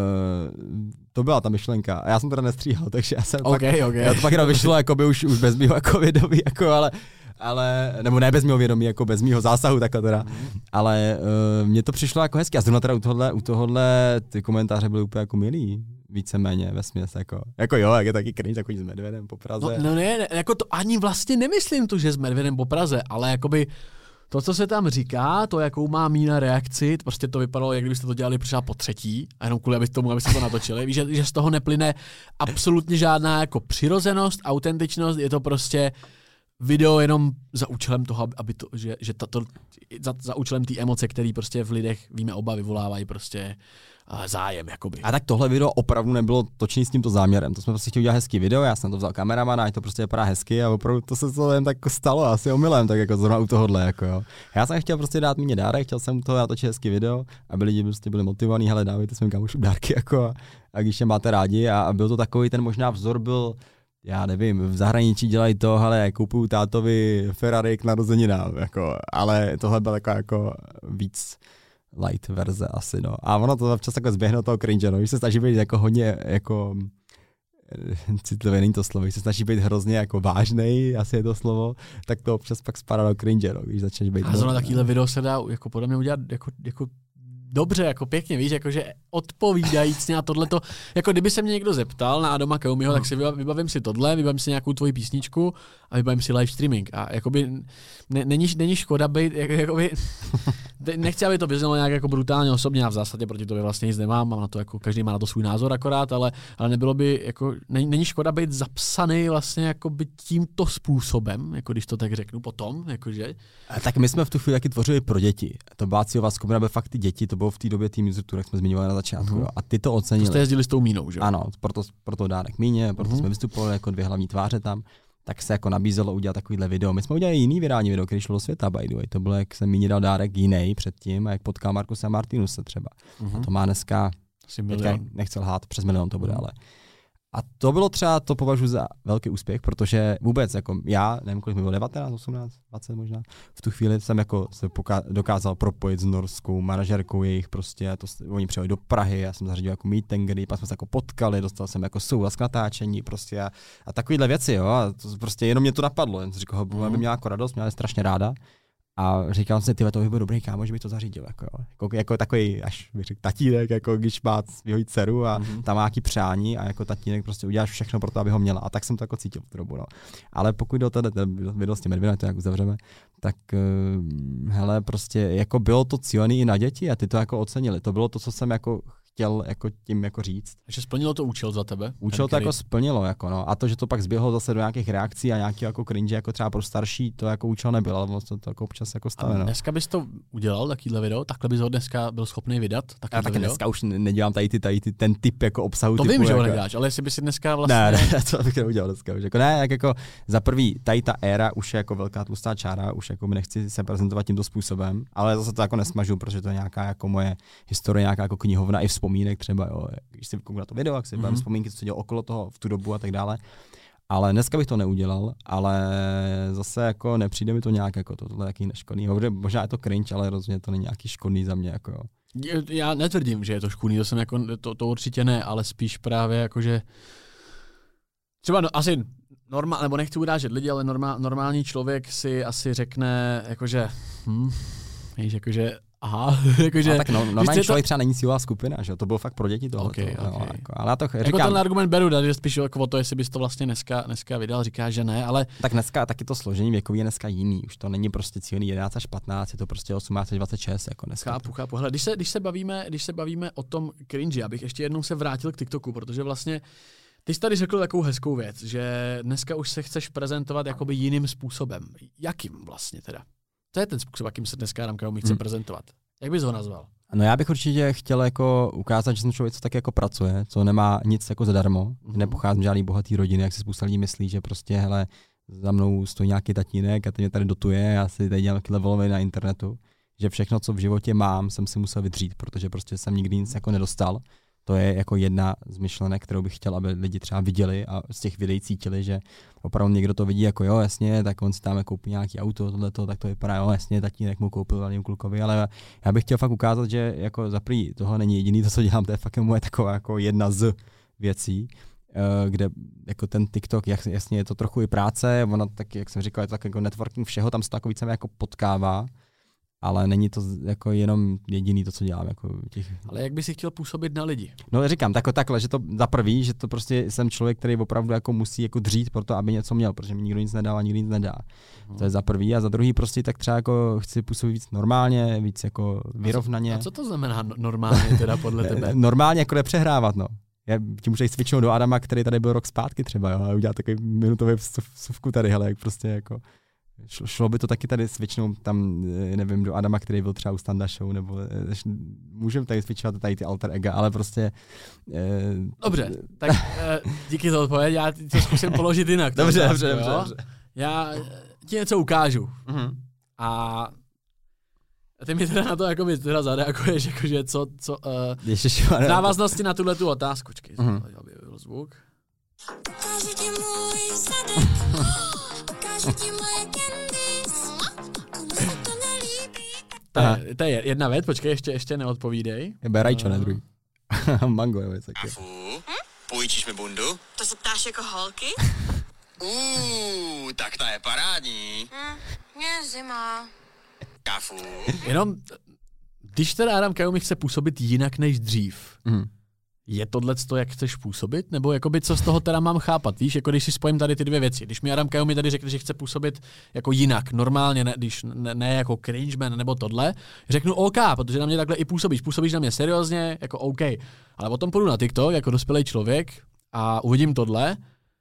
B: uh, to byla ta myšlenka. A já jsem teda nestříhal, takže já jsem
A: okay,
B: pak,
A: okay.
B: já to pak jenom vyšlo jakoby už, už bez mýho jako vědomí, jako, ale, ale, nebo ne bez mýho vědomí, jako bez mýho zásahu takhle teda, mm. ale uh, mně to přišlo jako hezky. A zrovna teda u tohohle, u tohohle ty komentáře byly úplně jako milý, víceméně vesměs, jako, jako jo, jak je taky cringe, takový s medvědem po Praze.
A: No, no ne, ne, jako to ani vlastně nemyslím to, že s medvědem po Praze, ale jakoby to, co se tam říká, to, jakou má Mína reakci, prostě to vypadalo, jak kdybyste to dělali třeba po třetí, a jenom kvůli aby tomu, abyste to natočili. Víš, že, že z toho neplyne absolutně žádná jako přirozenost, autentičnost, je to prostě video jenom za účelem toho, aby to, že, že tato, za, za účelem té emoce, které prostě v lidech, víme oba, vyvolávají prostě uh, zájem, jakoby.
B: A tak tohle video opravdu nebylo točný s tímto záměrem. To jsme prostě chtěli udělat hezký video, já jsem to vzal kameramana, ať to prostě vypadá hezky a opravdu to se to jen tak stalo, asi omylem, tak jako zrovna u tohohle, jako jo. Já jsem chtěl prostě dát Míně dárek, chtěl jsem toho natočit hezký video, aby lidi prostě byli motivovaní, hele, dávejte svým kamošům dárky, jako a, a když je máte rádi a, a byl to takový, ten možná vzor byl, já nevím, v zahraničí dělají to, hele, kupuju tátovi Ferrari k narozeninám, jako, ale tohle byla jako, jako víc light verze asi, no. A ono to občas takhle zběhne toho cringe, no. Když se snaží být jako hodně, jako citlivě není to slovo, když se snaží být hrozně jako vážnej, asi je to slovo, tak to občas pak spadá do cringe, no, když začneš být...
A: A zrovna takovýhle video se dá jako podle mě udělat jako, jako dobře, jako pěkně, víš, jakože odpovídajíc na tohleto, jako kdyby se mě někdo zeptal na Adama Kaumiho, tak si vybavím si tohle, vybavím si nějakou tvoji písničku a vybavím si live streaming. A jakoby ne, není, není škoda být, jak, jakoby, nechci, aby to vyznělo nějak jako brutálně osobně, já v zásadě proti tobě vlastně nic nemám, mám na to jako, každý má na to svůj názor akorát, ale, ale nebylo by, jako, není, není škoda být zapsaný vlastně jako by tímto způsobem, jako když to tak řeknu potom, jakože.
B: A tak my jsme v tu chvíli taky tvořili pro děti. To byla cílová skupina, byly fakt ty děti, to bylo v té době tým user tour, jak jsme zmiňovali na začátku. Mm-hmm. A ty to ocenili.
A: To jste jezdili s tou mínou, že?
B: Ano, proto, proto dárek míně, proto mm-hmm. jsme vystupovali jako dvě hlavní tváře tam. Tak se jako nabízelo udělat takovýhle video. My jsme udělali jiný virální video, který šlo do světa, by the way. To bylo, jak jsem míně dal dárek jiný předtím, a jak potkal Markuse a Martinuse třeba. Mm-hmm. A to má dneska, teďka nechci lhát, přes milion to bude, mm-hmm. ale. A to bylo třeba, to považuji za velký úspěch, protože vůbec, jako já, nevím, kolik mi bylo, devatenáct, osmnáct, dvacet možná, v tu chvíli jsem jako se poká- dokázal propojit s norskou manažerkou jejich prostě, a to, oni přijeli do Prahy, já jsem zařadil jako meet and greet, pak jsme se jako potkali, dostal jsem jako souhlas k natáčení prostě a, a takovýhle věci, jo, a to prostě jenom mě to napadlo, jen jsem říkal, mm. aby měla jako radost, měla strašně ráda. A říkal jsem si, tyhle, to by byl dobrý kámo, že bych to zařídil. Jako, jako, jako takový, až bych řekl, tatínek, jako když má svýho dceru a mm-hmm. tam má nějaký přání a jako tatínek prostě uděláš všechno pro to, aby ho měla. A tak jsem to jako cítil v tu dobu. No. Ale pokud do toho video s těmi medvědami, to jak uzavřeme, tak uh, hele, prostě jako bylo to cílený i na děti a ty to jako ocenili. To bylo to, co jsem jako chtěl jako tím jako říct.
A: Takže splnilo to účel za tebe?
B: Účel to jako splnilo, jako no. A to, že to pak zběhlo zase do nějakých reakcí a nějaký jako cringe, jako třeba pro starší, to jako účel nebyl, ale to, to jako občas jako stane.
A: A dneska bys to udělal, takovýhle video? Takhle bys ho dneska byl schopný vydat?
B: Já taky dneska už nedělám tady, ty, tady ty, ten typ jako obsahu.
A: To
B: typu,
A: vím, že ho
B: jako,
A: nedáš, ale jestli bys si dneska vlastně...
B: Ne, ne, to bych neudělal dneska už. Jako, ne, jak jako za prvý, tady ta éra už je jako velká tlustá čára, už jako nechci se prezentovat tímto způsobem, ale zase to jako nesmažu, protože to je nějaká jako moje historie, nějaká jako knihovna i vzpomínek třeba, jo. Když si kouknu na to video, jak si mm-hmm. vzpomínky, co dělal okolo toho v tu dobu a tak dále. Ale dneska bych to neudělal, ale zase jako nepřijde mi to nějak jako to, tohle jaký neškodný. Možná je to cringe, ale rozhodně to není nějaký škodný za mě. Jako jo.
A: Já netvrdím, že je to škodný, to jsem jako, to, to určitě ne, ale spíš právě jako, že třeba no, asi normál, nebo nechci urážet lidi, ale normál, normální člověk si asi řekne, jakože, hm, víš, jakože, aha, jakože...
B: A tak no, normální člověk to... třeba není cílová skupina, že to bylo fakt pro děti tohle.
A: Okay, okay.
B: No, jako, ale já to
A: jako
B: říkám...
A: ten argument beru, že spíš jako o to, jestli bys to vlastně dneska, dneska vydal, říká, že ne, ale...
B: Tak dneska taky to složení věkový je dneska jiný, už to není prostě cílený jedenáct až patnáct, je to prostě osmnáct až dvacet šest, jako dneska.
A: Chápu, chápu. Hele, když se, když se bavíme, když se bavíme o tom cringe, abych ještě jednou se vrátil k TikToku, protože vlastně ty jsi tady řekl takovou hezkou věc, že dneska už se chceš prezentovat jakoby jiným způsobem. Jakým vlastně teda? To je ten způsob, jakým se dneska Adam Kaumí chce hmm. prezentovat. Jak bys ho nazval?
B: No já bych určitě chtěl jako ukázat, že jsem člověk, co tak jako pracuje, co nemá nic jako zadarmo, mm-hmm. nepocházím z žádný bohatý rodiny, jak si spousta lidí myslí, že prostě hele, za mnou stojí nějaký tatínek a ten mě tady dotuje, já si tady dělám levelový na internetu, že všechno, co v životě mám, jsem si musel vydřít, protože prostě jsem nikdy nic jako nedostal. To je jako jedna z myšlenek, kterou bych chtěl, aby lidi třeba viděli a z těch videí cítili, že opravdu někdo to vidí jako jo, jasně, tak on si tam koupí nějaký auto, tohleto, tak to vypadá, jo, jasně, tatínek mu koupil valým klukovi, ale já bych chtěl fakt ukázat, že jako za prvý tohle není jediný to, co dělám, to je fakt moje taková jako jedna z věcí, kde jako ten TikTok, jasně je to trochu i práce, ona tak, jak jsem říkal, je to tak jako networking všeho, tam se to jako více jako potkává. Ale není to jako jenom jediný to, co dělám. Jako těch...
A: Ale jak bys si chtěl působit na lidi?
B: No říkám, tako, takhle, že to za prvý, že to prostě jsem člověk, který opravdu jako musí jako dřít pro to, aby něco měl, protože mi nikdo nic nedá a nikdo nic nedá. Hmm. To je za prvý a za druhý prostě tak třeba jako chci působit víc normálně, víc jako vyrovnaně.
A: A co, a co to znamená normálně teda podle tebe?
B: Normálně jako nepřehrávat, no. Já ti můžu switchnout do Adama, který tady byl rok zpátky třeba, jo, a udělat takový minutový vsuvku tady, hele, jak prostě jako šlo by to taky tady switchnout tam, nevím, do Adama, který byl třeba u Standa Show, nebo můžeme tady switchovat tady ty alter ega, ale prostě... Eh,
A: dobře, tak eh, díky za odpověď, já to zkusím položit jinak.
B: Dobře, tak, dobře, dobře, dobře.
A: Já ti něco ukážu
B: mm-hmm.
A: a ty mi teda na to jako by teda zareaguješ, jakože co, co uh, v návaznosti na tuhle tu otázku. Počkej, mm-hmm. aby byl zvuk. To je, to je jedna věc, počkej, ještě, ještě neodpovídej.
B: Je berajčo, ne druhý. Mango je věc taky.
C: Kafu, půjčíš mi bundu?
D: To se ptáš jako holky?
C: Uuu, tak ta je parádní.
D: Hm, je zima.
C: Kafu.
A: Jenom, když teda Adam Kaumí chce působit jinak než dřív,
B: mm.
A: je tohleto, jak chceš působit? Nebo jakoby, co z toho teda mám chápat? Víš, jako když si spojím tady ty dvě věci. Když mi Adam Kajumi tady řekne, že chce působit jako jinak, normálně, ne, když, ne, ne jako cringeman nebo tohle, řeknu OK, protože na mě takhle i působíš. Působíš na mě seriózně, jako OK. Ale potom půjdu na TikTok jako dospělý člověk a uvidím tohle,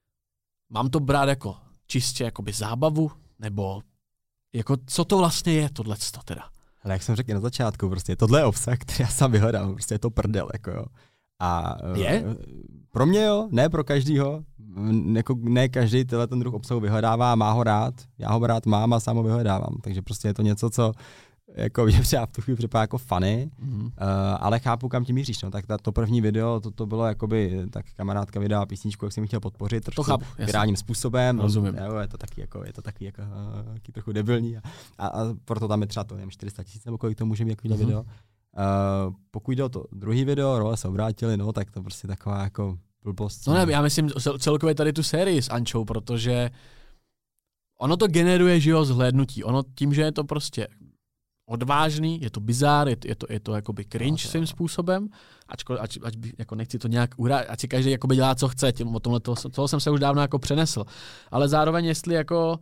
A: mám to brát jako čistě jakoby zábavu, nebo jako co to vlastně je tohleto teda?
B: Ale jak jsem řekl na začátku, prostě tohle je obsah, který já sám vyhledám, prostě je to prdel, jako jo. A
A: je?
B: Pro mě jo, ne pro každýho. Jako ne každý tenhle ten druh obsahu vyhledává, má ho rád. Já ho rád mám a sám ho vyhledávám. Takže prostě je to něco, co jako mě třeba v tu chvíli připadá jako funny, mm-hmm. uh, ale chápu, kam ti míříš. No. Tak ta, to první video, to, to bylo jakoby, tak kamarádka vydala písničku, jak jsem ji chtěl podpořit, trošku virálním způsobem.
A: Rozumím.
B: Jo, je to taky jako, je to taky jako, uh, taky trochu debilní. A, a, a proto tam je třeba to, nevím, čtyři sta tisíc, nebo kolik to může mít jako mm-hmm. video. Uh, pokud jde o to druhý video, role se obrátili, no, tak to prostě taková jako blbost.
A: No ne, já myslím celkově tady tu sérii s Ančou, protože ono to generuje, že jo, zhlédnutí. Ono tím, že je to prostě odvážný, je to bizár, je to, je to, je to jakoby cringe no, svým způsobem, ačko, ač, ač by, jako nechci to nějak uhrát, ať si každý jakoby dělá, co chce, tím, o tomhle toho, toho jsem se už dávno jako přenesl. Ale zároveň, jestli jako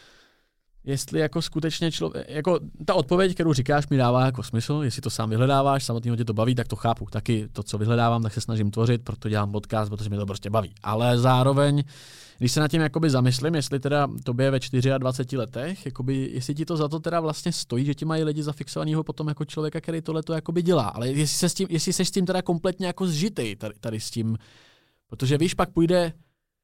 A: jestli jako skutečně člověk, jako ta odpověď, kterou říkáš, mi dává jako smysl, jestli to sám vyhledáváš, samotného tě to baví, tak to chápu. Taky to, co vyhledávám, tak se snažím tvořit, proto dělám podcast, protože mě to prostě baví. Ale zároveň, když se nad tím jakoby zamyslím, jestli teda tobě ve dvaceti čtyřech letech, jakoby, jestli ti to za to teda vlastně stojí, že ti mají lidi zafixovanýho potom jako člověka, který tohleto jakoby dělá. Ale jestli se s tím, jestli seš s tím teda kompletně jako zžitej tady, tady s tím, protože víš, pak půjde.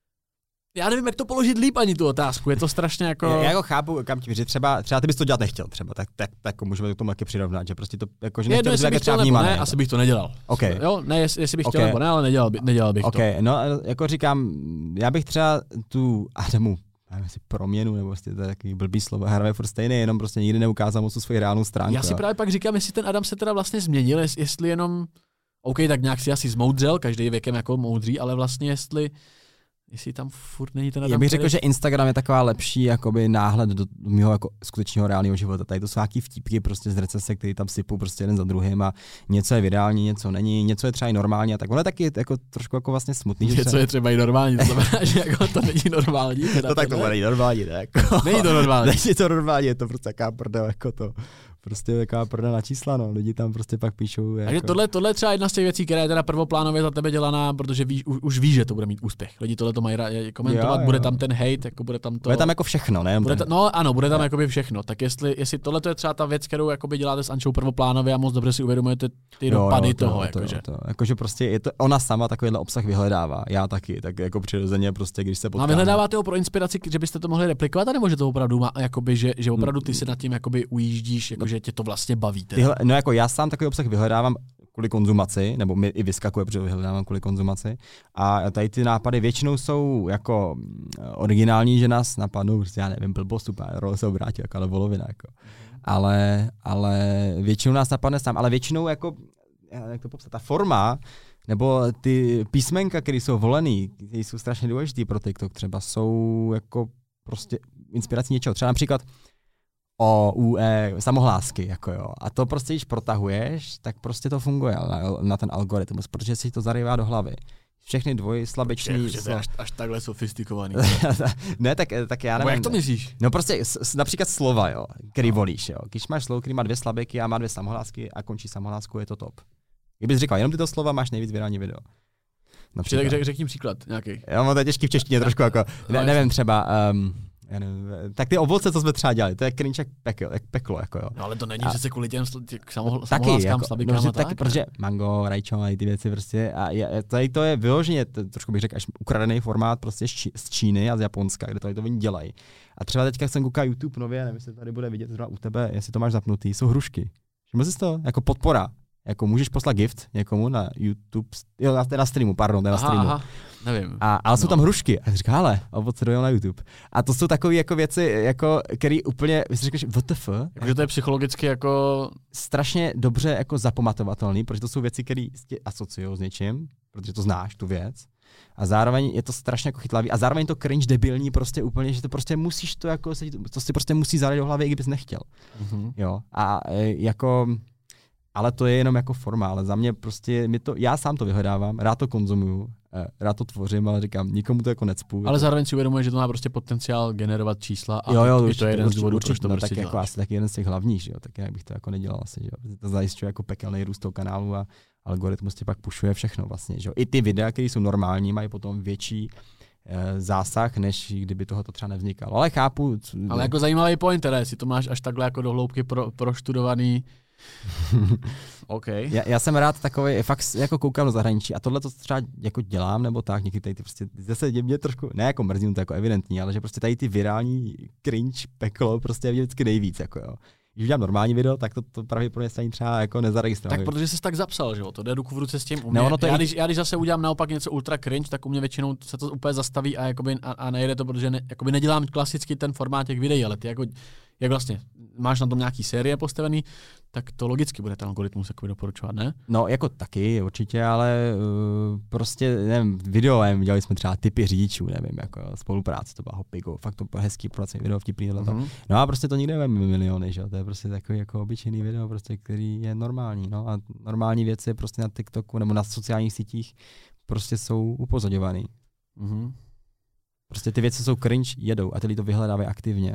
A: Já nevím, jak to položit líp ani tu otázku, je to strašně jako...
B: Já, já jako chápu, kam ti říct, třeba, třeba ty bys to dělat nechtěl třeba, tak, tak, tak můžeme k tomu taky přirovnat, že prostě to jako, že nechtěl,
A: jestli bych chtěl nebo ne, asi bych to nedělal.
B: Okay.
A: Jo, ne, jestli, jestli bych
B: okay.
A: chtěl nebo ne, ale nedělal, by, nedělal bych
B: okay.
A: to.
B: No, jako říkám, já bych třeba tu Adamu, nevím, jestli proměnu, nebo prostě to je takový blbý slovo, hraje furt stejný, jenom prostě nikdy neukázal moc tu svoji reálnou stránku.
A: Já si právě pak říkám, jestli ten Adam se teda vlastně změnil, jestli jenom, OK, tak nějak si asi zmoudřel, každý věkem jako moudří, ale vlastně jestli Jestli tam furt není ten Adam.
B: Já bych
A: který...
B: řekl, že Instagram je taková lepší jakoby náhled do mého jako skutečného reálného života. Tady to jsou nějaký vtípky prostě z recese, který tam sypou prostě jeden za druhým a něco je virální, něco není, něco je třeba i normální a tak. Ono je taky jako trošku jako vlastně smutný.
A: Něco
B: se...
A: je třeba i normální, to znamená, že jako to není normální.
B: No tak to není normální, ne? Jako...
A: Není to normální.
B: Není to normální, je to prostě taká prdel jako to. Prostě jaká prdel na čísla, no. Lidi tam prostě pak píšou. Jako...
A: Takže tohle, tohle je třeba jedna z těch věcí, která je teda prvoplánově za tebe dělaná, protože ví, už, už víš, že to bude mít úspěch. Lidi tohle to mají komentovat, jo, jo. Bude tam ten hate, jako bude tam to.
B: Bude tam jako všechno, ne?
A: Bude ta, no ano, bude tam jakoby všechno. Tak jestli, jestli tohle je třeba ta věc, kterou jakoby děláte s Ančou prvoplánově a moc dobře si uvědomujete ty dopady jo, jo, to, toho. To, jakože.
B: To, to, jakože prostě je to, ona sama takovýhle obsah vyhledává. Já taky, tak jako přirozeně prostě, když se potkáme.
A: No a vyhledáváte ho pro inspiraci, že byste to mohli replikovat, nebo že to opravdu má, jakoby, že, že opravdu ty se nad tím jakoby ujíždíš, jako, že tě to vlastně baví.
B: Tyhle, no jako já sám takový obsah vyhledávám kvůli konzumaci, nebo mi i vyskakuje, protože vyhledávám kvůli konzumaci. A tady ty nápady většinou jsou jako originální, že nás napadnou, prostě já nevím, blbost, úplně, role se obrátí, jako ale volovina, jako. Ale, ale většinou nás napadne sám, ale většinou jako, jak to popsat, ta forma, nebo ty písmenka, které jsou volený, které jsou strašně důležitý pro TikTok třeba, jsou jako prostě inspirací něčeho. Třeba například o, u, e, samohlásky, jako jo. A to prostě, když protahuješ, tak prostě to funguje na, na ten algoritmus, protože si to zarývá do hlavy. Všechny dvojslabiční...
A: To je až, až takhle sofistikovaný.
B: Ne, tak, tak já nevím.
A: Jak to myslíš?
B: No prostě s, s, například slova, jo, který no. volíš, jo. Když máš slovo, který má dvě slabiky a má dvě samohlásky a končí samohlásku, je to top. Kdybys říkal, jenom tyto slova máš nejvíc virální video.
A: Například. Tak řek, řekni příklad nějaký.
B: Jo, to je těžký v češtině trošku, jako, ne, nevím, třeba... Um, Já nevím, tak ty ovoce, co jsme třeba dělali, to je cringe jak peklo, jak peklo, jako jo.
A: No ale to není a... přece kvůli těm samohl,
B: taky,
A: samohláskám,
B: jako,
A: slabikám
B: no,
A: a tak.
B: Taky, protože mango, rajčo a ty věci prostě, a je, tady to je vyloženě, to, trošku bych řekl, až ukradený formát prostě z Číny a z Japonska, kde tady to oni dělají. A třeba teďka jsem koukal YouTube nově, nevím, jestli tady bude vidět zrovna u tebe, jestli to máš zapnutý, jsou hrušky. Všiml jsi to? Jako podpora. Jako můžeš poslat gift někomu na YouTube, jo, na, na streamu, pardon, na
A: aha,
B: streamu.
A: Aha, nevím.
B: A, ale
A: no.
B: jsou tam hrušky. A říká, ale, ovoce dojel na YouTube. A to jsou takové jako věci, jako, který úplně, vy si řekneš, W T F?
A: Jakože to je psychologicky jako...
B: strašně dobře jako zapamatovatelný, protože to jsou věci, které tě asociují s něčím, protože to znáš, tu věc. A zároveň je to strašně jako chytlavý. A zároveň to cringe debilní prostě úplně, že to prostě musíš to jako, to si prostě musí zadat do hlavy, i kdybys nechtěl.
A: Mm-hmm.
B: Jo. A jako... ale to je jenom jako forma, ale za mě prostě, mě to, já sám to vyhledávám, rád to konzumuju, rád to tvořím, ale říkám, nikomu to jako necpu.
A: Ale
B: to...
A: zároveň si uvědomuje, že to má prostě potenciál generovat čísla a
B: jo, jo,
A: i
B: určitě,
A: to je jeden
B: určitě,
A: z důvodů,
B: určitě,
A: proč to
B: no,
A: prostě
B: tak
A: děláš.
B: jako asi taky jeden z těch hlavních, že jo, tak jak bych to jako nedělal asi, že jo. To zajišťuje jako pekelný růst toho kanálu a algoritmus ti pak pušuje všechno vlastně, že jo. I ty videa, které jsou normální, mají potom větší e, zásah, než kdyby tohoto třeba nevznikalo. Ale chápu. Co...
A: Ale jako zajímavý pointer, jestli to máš až takhle jako do hloubky pro, proštudovaný. OK.
B: Já, já jsem rád takový, fakt jako koukám do zahraničí a tohle to třeba jako dělám, nebo tak, někdy tady ty prostě, zase mě trošku, ne jako mrzí, to jako evidentní, ale že prostě tady ty virální cringe peklo prostě je vždycky nejvíc, jako jo. Když udělám normální video, tak to, to pravděpodobně se ani třeba jako nezaregistruje.
A: Tak protože jsi tak zapsal, že jo, to jde ruku v ruce s tím. U mě,
B: no, ono to
A: já,
B: je...
A: když, já když zase udělám naopak něco ultra cringe, tak u mě většinou se to úplně zastaví a, jakoby, a, a nejde to, protože ne, jakoby nedělám klasicky ten formát těch videí, ale ty jako, jak vlastně máš na tom nějaký série postavený, tak to logicky bude ten algoritmus jakoby doporučovat, ne?
B: No jako taky určitě, ale uh, prostě nevím, video, nevím, dělali jsme třeba typy řidičů, nevím, jako spolupráce, to byla Hopigo, fakt to bylo hezký pracovní video, vtipný mm-hmm. No a prostě to nikde nevím miliony, že? To je prostě takový jako obyčejný video, prostě, který je normální, no a normální věci prostě na TikToku nebo na sociálních sítích prostě jsou upozaďovaný.
A: Mm-hmm.
B: Prostě ty věci jsou cringe, jedou a ty lidi to vyhledávají aktivně.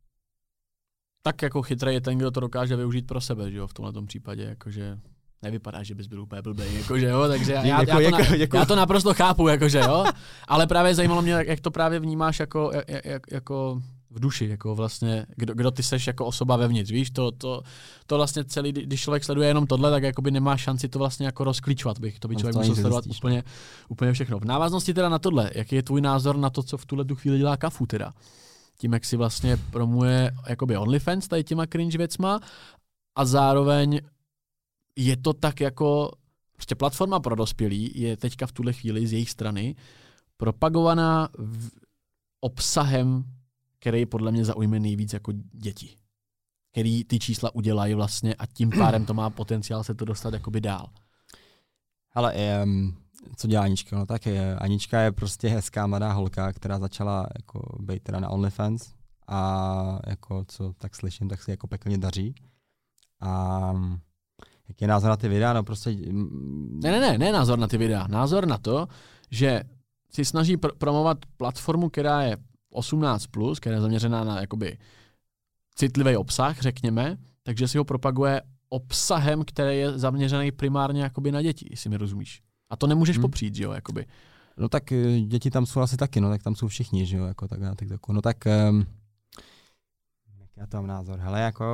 A: Tak jako chytrý je ten, kdo to dokáže využít pro sebe, že jo, v tomhle tom případě, jakože nevypadá, že bys byl úplně blbej, jakože jo, takže já, já, já, to, na, já to naprosto chápu, jakože jo, ale právě zajímalo mě, jak to právě vnímáš jako, jak, jak, jako v duši, jako vlastně, kdo, kdo ty seš jako osoba vevnitř, víš, to, to, to vlastně celý, když člověk sleduje jenom tohle, tak jakoby nemá šanci to vlastně jako rozklíčovat, bych, to by člověk musel sledovat úplně, úplně všechno. V návaznosti teda na tohle, jaký je tvůj názor na to, co v tuhle tu chvíli dělá Kafu teda? Tím, jak si vlastně promuje jakoby OnlyFans tady těma cringe věcma a zároveň je to tak jako prostě platforma pro dospělí je teďka v tuhle chvíli z jejich strany propagovaná v obsahem, který podle mě zaujme nejvíc jako děti. Který ty čísla udělají vlastně a tím pádem to má potenciál se to dostat jakoby dál.
B: Ale um, co dělá Anička? No tak je, Anička je prostě hezká mladá holka, která začala jako být teda na OnlyFans a jako co tak slyším, tak se jako pekelně daří. A jaký je názor na ty videa? No prostě...
A: Ne, ne, ne, ne názor na ty videa. Názor na to, že si snaží pr- promovat platformu, která je osmnáct plus, která je zaměřená na jakoby citlivý obsah, řekněme, takže si ho propaguje obsahem, který je zaměřený primárně jakoby na děti, jestli mi rozumíš. A to nemůžeš hmm. popřít, že jo, jakoby.
B: No tak děti tam jsou asi taky, no tak tam jsou všichni, že jo, jako tak na TikToku. No tak, um, jak já to mám názor, hele, jako,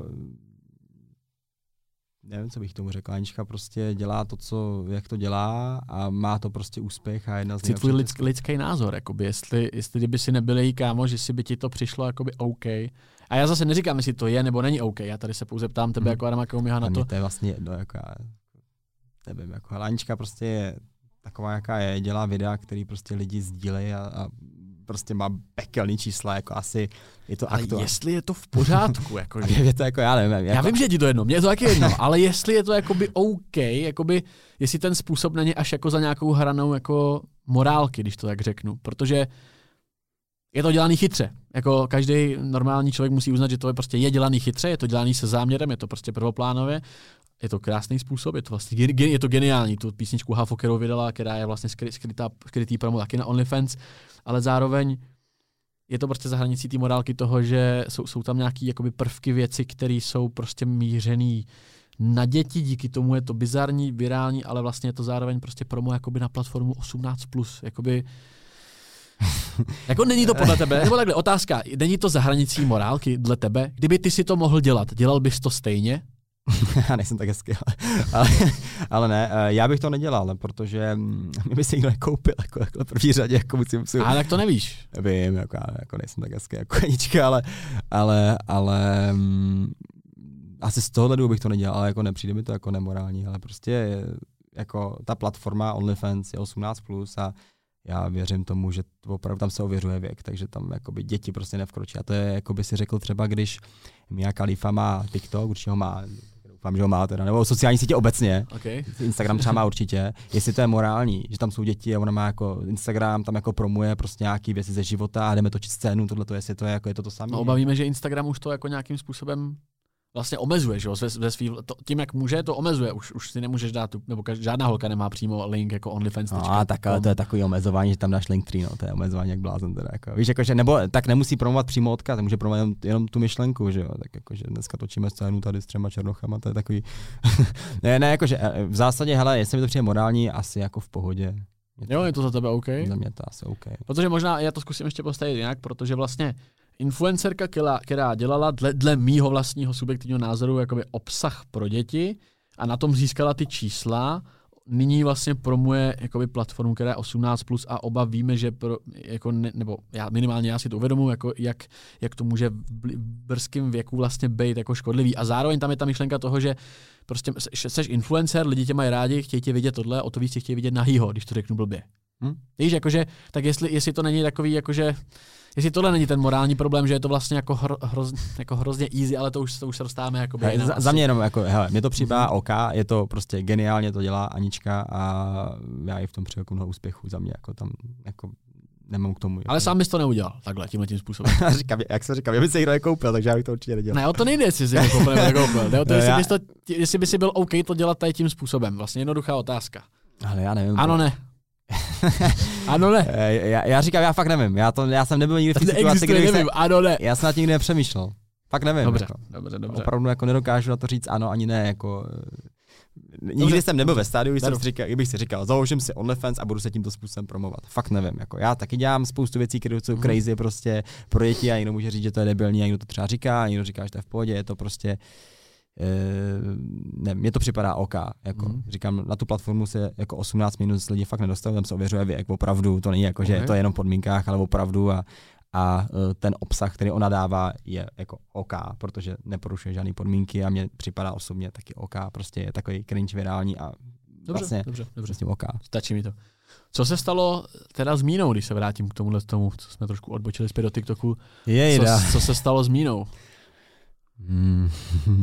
B: nevím, co bych tomu řekl, Anička prostě dělá to, co, jak to dělá a má to prostě úspěch a jedna z
A: nejlepších. Tvůj lidský, lidský názor, jakoby, jestli, jestli kdyby si nebyl její kámoš, jestli by ti to přišlo jakoby OK. A já zase neříkám, jestli to je nebo není OK, já tady se pouze ptám tebe hmm. jako Adama Kaumiha na to.
B: To je vlastně jedno, jako já, nevím, jako Anička prostě je taková, jaká je, dělá videa, který prostě lidi sdílejí a, a prostě má pekelný čísla, jako asi je to aktuální.
A: Ale jestli je to v pořádku, jako že...
B: je to jako, já nevím. Jako...
A: Já vím, že je ti to jedno, mě je to taky jedno, ale jestli je to jakoby OK, jakoby, jestli ten způsob není až jako za nějakou hranou jako morálky, když to tak řeknu, protože je to dělaný chytře. Jako každý normální člověk musí uznat, že to je prostě je dělaný chytře, je to dělaný se záměrem, je to prostě prvoplánově. Je to krásný způsob, je to vlastně je to geniální. Tu písničku Hafo, kterou vydala, která je vlastně skrytá, skrytý promo taky na OnlyFans, ale zároveň je to prostě za hranicí té morálky toho, že jsou, jsou tam nějaký jakoby prvky věci, které jsou prostě mířený na děti, díky tomu je to bizarní, virální, ale vlastně je to zároveň prostě promo jakoby na platformu osmnáct plus, jakoby jako není to podle tebe, nebo takhle otázka, není to za hranicí morálky dle tebe? Kdyby ty si to mohl dělat, dělal bys to stejně?
B: Já nejsem tak hezký, ale, ale ne, já bych to nedělal, protože mě by se nikdo nekoupil, jako, jako první řadě, jako musím... musím
A: a tak to nevíš.
B: Vím, jako, jako nejsem tak hezký jako Anička, ale, ale, ale um, asi z tohohle bych to nedělal, ale jako nepřijde mi to jako nemorální, ale prostě jako ta platforma OnlyFans je osmnáct plus a já věřím tomu, že opravdu tam se ověřuje věk, takže tam jakoby děti prostě nevkročí. A to je, jako by si řekl třeba, když Mia Khalifa má TikTok, určitě ho má, doufám, že ho má teda, nebo sociální sítě obecně,
A: okay.
B: Instagram třeba má určitě, jestli to je morální, že tam jsou děti a ona má jako Instagram, tam jako promuje prostě nějaký věci ze života a jdeme točit scénu, tohle to, jestli to je jako je to to samé.
A: No obavíme, že Instagram už to jako nějakým způsobem vlastně omezuje, že jo, ze, ze svý, to, tím, jak může, to omezuje, už, už si nemůžeš dát, tu, nebo každá, žádná holka nemá přímo link jako OnlyFans.
B: No a tak, ale to je takový omezování, že tam dáš link tři, no, to je omezování jak blázen teda, jako, víš, jakože, nebo tak nemusí promovat přímo odkaz, může promovat jenom, jenom tu myšlenku, že jo, tak jakože dneska točíme scénu tady s třema černochama, to je takový, ne, ne, jakože v zásadě, hele, jestli mi to přijde morální, asi jako v pohodě.
A: Je jo, je to za tebe OK?
B: Za mě to asi OK.
A: Protože možná, já to zkusím ještě postavit jinak, protože vlastně influencerka, která, která dělala dle, dle mýho vlastního subjektivního názoru jakoby obsah pro děti a na tom získala ty čísla, nyní vlastně promuje jakoby platformu, která je osmnáct plus a oba víme, že pro, jako ne, nebo já, minimálně já si to uvědomuji, jako jak, jak to může v brzkém věku vlastně být jako škodlivý. A zároveň tam je ta myšlenka toho, že prostě seš influencer, lidi tě mají rádi, chtějí tě vidět tohle, o to víc tě chtějí vidět nahýho, když to řeknu blbě. Hm? Víš, jakože, tak jestli, jestli to není takový, jakože, jestli tohle není ten morální problém, že je to vlastně jako, hro, hroz, jako hrozně easy, ale to už, to už se dostáváme jako
B: jinam. Za, za mě jenom, jako, hele, mě to připadá mm-hmm. OK, je to prostě geniálně, to dělá Anička a já ji v tom přeju jako mnoho úspěchů za mě, jako tam, jako nemám k tomu.
A: Ale jako... sám bys to neudělal, takhle, tímhle tím způsobem.
B: Říkám, jak se říkám, já bych se někdo nekoupil, takže já bych to určitě nedělal.
A: Ne, o to nejde, jestli jsi ho koupil nebo nekoupil. Ne, o to, jestli, bys to, jestli by si byl OK to dělat tady tím způsobem. Vlastně jednoduchá otázka.
B: Ale já nevím.
A: Ano, ne. Ano, ne.
B: Já, já říkám, já fakt nevím. Já, to, já jsem nebyl nikdy v té situaci, kdy
A: nevím,
B: se,
A: ano, ne.
B: Já jsem nad tím nikdy nepřemýšlel. Fakt nevím.
A: Dobře,
B: jako.
A: dobře, dobře.
B: Opravdu jako nedokážu na to říct ano ani ne. Jako, nikdy dobře, jsem nebyl dobře. Ve stádiu, kdy jsem si říkal, kdybych si říkal, založím si OnlyFans a budu se tímto způsobem promovat. Fakt nevím. Jako, já taky dělám spoustu věcí, které jsou crazy prostě pro děti a někdo může říct, že to je debilní a někdo to třeba říká a někdo říká, že to je v pohodě, je to prostě Uh, ne, mně to připadá OK, jako mm. říkám, na tu platformu se jako osmnáct minut lidi fakt nedostanou, tam se ověřuje věk, opravdu, to není jako, okay. že to je jenom v podmínkách, ale opravdu a, a uh, ten obsah, který ona dává, je jako OK, protože neporušuje žádné podmínky a mně připadá osobně taky OK, prostě je takový cringe virální a
A: dobře,
B: vlastně
A: dobře, dobře.
B: s tím OK.
A: Stačí mi to. Co se stalo teda s Mínou, když se vrátím k tomuhle tomu, co jsme trošku odbočili zpět do TikToku, co, co se stalo s Mínou?
B: Hmm.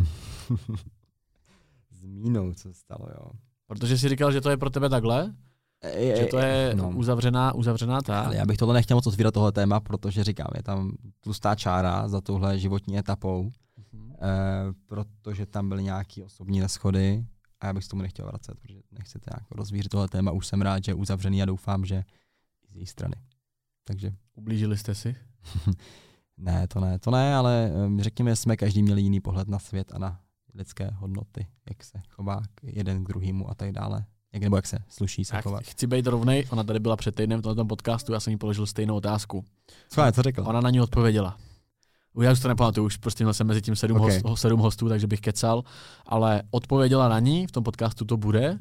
B: S Mínou, co se stalo, jo.
A: Protože jsi říkal, že to je pro tebe takhle? Je, že to je no. uzavřená, uzavřená ta?
B: Ale já bych tohle nechtěl moc otvírat tohle téma, protože říkám, je tam tlustá čára za touhle životní etapou, mm-hmm. eh, protože tam byly nějaké osobní neshody a já bych s tomu nechtěl vracet, protože nechcete nějak rozvířit tohle téma. Už jsem rád, že je uzavřený a doufám, že z její strany. Takže.
A: Ublížili jste si?
B: Ne, to ne, to ne, ale řekněme, jsme každý měli jiný pohled na svět a na lidské hodnoty, jak se chová jeden k druhému a tak dále. Jak, nebo jak se sluší se chovat.
A: Chci být rovnej, ona tady byla před týdnem v tomto podcastu, já jsem jí položil stejnou otázku.
B: Co, co řekla?
A: Ona na ní odpověděla. Já už to nepamatuju, už prostě měl jsem mezi tím sedm, okay. host, sedm hostů, takže bych kecal, ale odpověděla na ní, v tom podcastu to bude.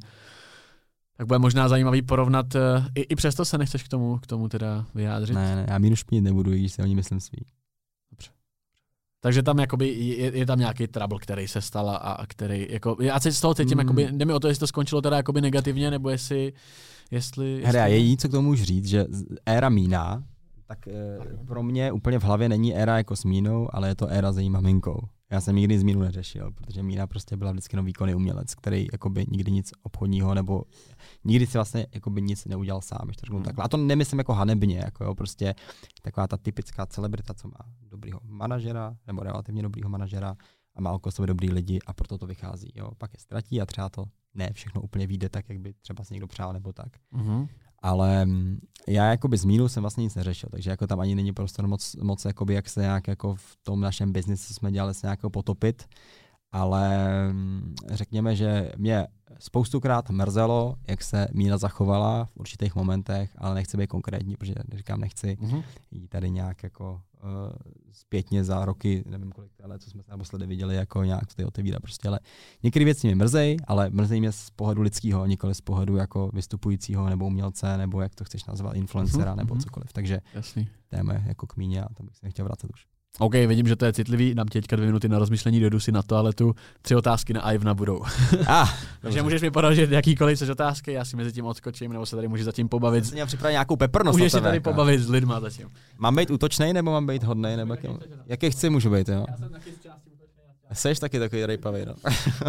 A: Tak bude možná zajímavý porovnat, i, i přesto se nechceš k tomu, k tomu teda vyjádřit?
B: Ne, ne, já mínu špinit nebudu, když se o ní myslím svý.
A: Dobře. Takže tam jakoby je, je tam nějaký trouble, který se stal a, a který, jako, já se z toho cítím, mm. jakoby, jde mi o to, jestli to skončilo teda jakoby negativně, nebo jestli, jestli...
B: Hele, já jediný, co k tomu můžu říct, že éra Mína, tak e, pro mě úplně v hlavě není éra jako s Mínou, ale je to éra s její maminkou. Já jsem nikdy z Mínu neřešil, protože Mína prostě byla vždycky nový výkonný umělec, který jakoby nikdy nic obchodního nebo nikdy si vlastně jakoby nic neudělal sám, ještě řeknu mm. takhle. A to nemyslím jako hanebně, jako jo, prostě taková ta typická celebrita, co má dobrýho manažera, nebo relativně dobrýho manažera a má okolo sebe dobrý lidi a proto to vychází, jo. Pak je ztratí a třeba to ne všechno úplně vyjde tak, jak by třeba si někdo přál nebo tak. Mm. Ale já jakoby z Mínu jsem vlastně nic neřešil, takže jako tam ani není prostor moc, moc jakoby, jak se nějak jako v tom našem biznisu jsme dělali se nějak potopit, ale řekněme, že mě spoustukrát mrzelo, jak se Mína zachovala v určitých momentech, ale nechci být konkrétní, protože říkám, nechci mm-hmm. jí tady nějak jako uh, zpětně za roky, nevím kolik, ale co jsme se naposledy viděli, jako nějak tady otevírat prostě, ale některé věci mě mrzej, ale mrzej mě z pohledu lidského, nikoli z pohledu jako vystupujícího nebo umělce, nebo jak to chceš nazvat, influencera mm-hmm. nebo cokoliv, takže jdeme jako k Míně a tam bych se nechtěl vracet už.
A: OK, vidím, že to je citlivý, dám teďka dvě minuty na rozmyšlení, dojdu si na toaletu, tři otázky na Ivna budou. Ah, takže můžeš mi položit jakýkoliv seš otázky, já si mezi tím odskočím, nebo se tady můžu zatím pobavit.
B: Já jsem připravit nějakou peprnost.
A: Můžeš si tady jako pobavit s lidma zatím.
B: Mám být útočnej, nebo mám být hodnej, nebo jaký, jaký chci, můžu být, jo?
A: Já jsem taky z části útočnej.
B: Seš taky takový rejpavý, no.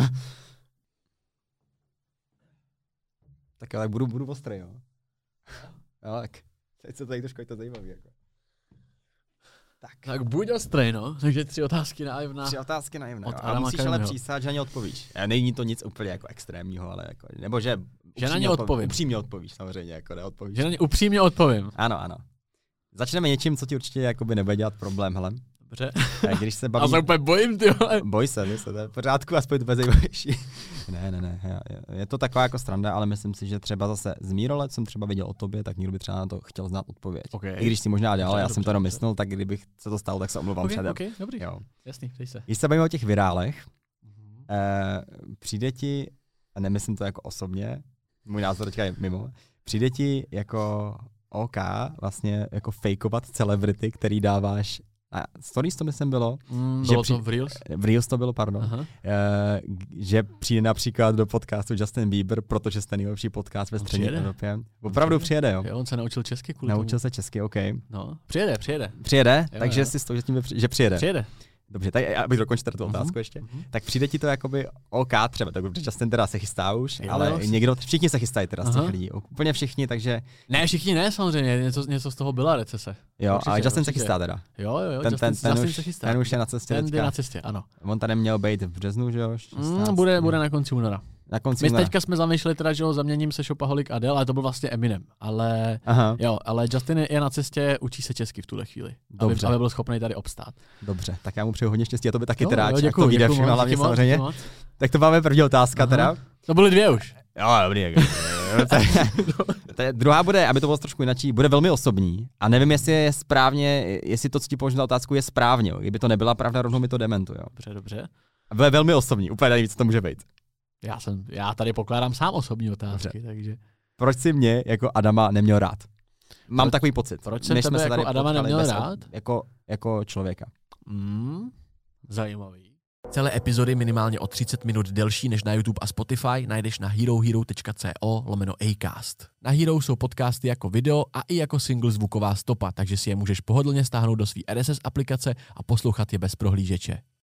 B: Tak ale budu, budu ostrý, jo. Ale tak, teď se tady trošku je to zajímavý, jako. Tak.
A: Tak buď ostrý, no. Takže tři otázky naivná.
B: Tři otázky naivné.
A: Od
B: A
A: Adama
B: musíš ale
A: Kajmyho.
B: přísát, že na ně odpovíš. A není to nic úplně jako extrémního, ale jako, nebo že,
A: Že na ně
B: upřímně
A: odpovím.
B: Upřímně odpovíš, samozřejmě, jako neodpovíš.
A: Že na ně upřímně odpovím.
B: Ano, ano. Začneme něčím, co ti určitě jakoby nebude dělat problém, hele.
A: Dobře.
B: Tak když se
A: A
B: baví...
A: se úplně bojím, ty vole.
B: Boj se, boj se, to je v pořádku, aspoň to bude zajímavější. Ne, ne, ne, je to taková jako stranda, ale myslím si, že třeba zase z Mírole jsem třeba viděl o tobě, tak někdo by třeba na to chtěl znát odpověď.
A: Okay.
B: I když si možná dělal,
A: Dobře,
B: já
A: dobře,
B: jsem to jenom
A: dobře.
B: myslel, tak kdybych se to stalo, tak se omlouvám
A: Okay,
B: předem.
A: okay, dobrý.
B: Jo.
A: Jasný, dej se.
B: Když se bavíme o těch virálech,
A: Mhm.
B: eh, přijde ti, a nemyslím to jako osobně, můj názor teďka je mimo, přijde ti jako OK vlastně jako fejkovat celebrity, který dáváš. A stories to myslím bylo,
A: Mm,
B: že
A: bylo
B: při-
A: to v Reels?
B: v Reels to bylo, pardon,
A: Aha.
B: eh, že přijde například do podcastu Justin Bieber, protože jste nejlepší podcast ve
A: On
B: střední
A: přijede?
B: Evropě. Opravdu přijede, jo.
A: Jo, on se naučil česky kvůli
B: Naučil
A: tomu.
B: se česky, OK.
A: No, přijede, přijede.
B: Přijede,
A: Jo,
B: takže
A: jo.
B: si stojí tím, že přijede.
A: Přijede.
B: Dobře, tak abych dokončil tady tu
A: Mhm,
B: otázku ještě.
A: mhm.
B: Tak přijde ti to jakoby OK třeba, tak protože Justin teda se chystá už,
A: Jo,
B: ale
A: jo.
B: někdo, všichni se chystají teda z těch
A: Aha.
B: lidí, úplně všichni, takže
A: Ne, všichni ne, samozřejmě, něco, něco z toho byla recese.
B: jo,
A: Určitě,
B: ale Justin se
A: určitě.
B: chystá teda.
A: Jo, jo, jo,
B: Ten,
A: Justin,
B: ten, ten,
A: Justin
B: už,
A: se chystá.
B: ten už je na cestě
A: Ten jde
B: teďka.
A: na cestě, ano.
B: On tady měl být v březnu, že jo?
A: Mm,
B: šestnáct.
A: bude, bude na konci února.
B: Na konci
A: My
B: února.
A: teďka jsme zamýšleli teda, že ho zaměním se Shopaholic Adele, ale to byl vlastně Eminem. Ale
B: Aha,
A: jo, ale Justin je na cestě, učí se česky v tuhle chvíli. Aby,
B: Dobře.
A: aby byl schopný tady obstát.
B: dobře, tak já mu přeju hodně štěstí a to by taky
A: Jo,
B: teda,
A: jo,
B: ať
A: děkuju,
B: to vyjde
A: děkuju
B: všechno
A: moc,
B: hlavně
A: díky moc,
B: samozřejmě.
A: díky moc.
B: Tak to máme první otázka
A: Aha.
B: teda.
A: To byly dvě už.
B: Jo, dobrý. jako- To je- Druhá bude, aby to bylo trošku jinak, bude velmi osobní a nevím, jestli je správně, jestli to, co ti položil na otázku, je správně. Jo. Kdyby to nebyla pravda, rovnou mi to dementuje.
A: Dobře, dobře.
B: Bude velmi osobní, úplně nevím, co to může být.
A: Já, jsem, já tady pokládám sám osobní otázky,
B: Dobře.
A: takže...
B: Proč jsi mě jako Adama neměl rád? Mám
A: Proč-
B: takový pocit.
A: proč jsem
B: než
A: tebe
B: jsme se
A: jako
B: tady
A: Adama
B: potkali
A: neměl
B: bez-
A: rád?
B: Jako, jako člověka.
A: Mm, zajímavý.
E: Celé epizody minimálně o třicet minut delší než na YouTube a Spotify najdeš na herohero.co lomeno Acast. Na Hero jsou podcasty jako video a i jako single zvuková stopa, takže si je můžeš pohodlně stáhnout do své R S S aplikace a poslouchat je bez prohlížeče.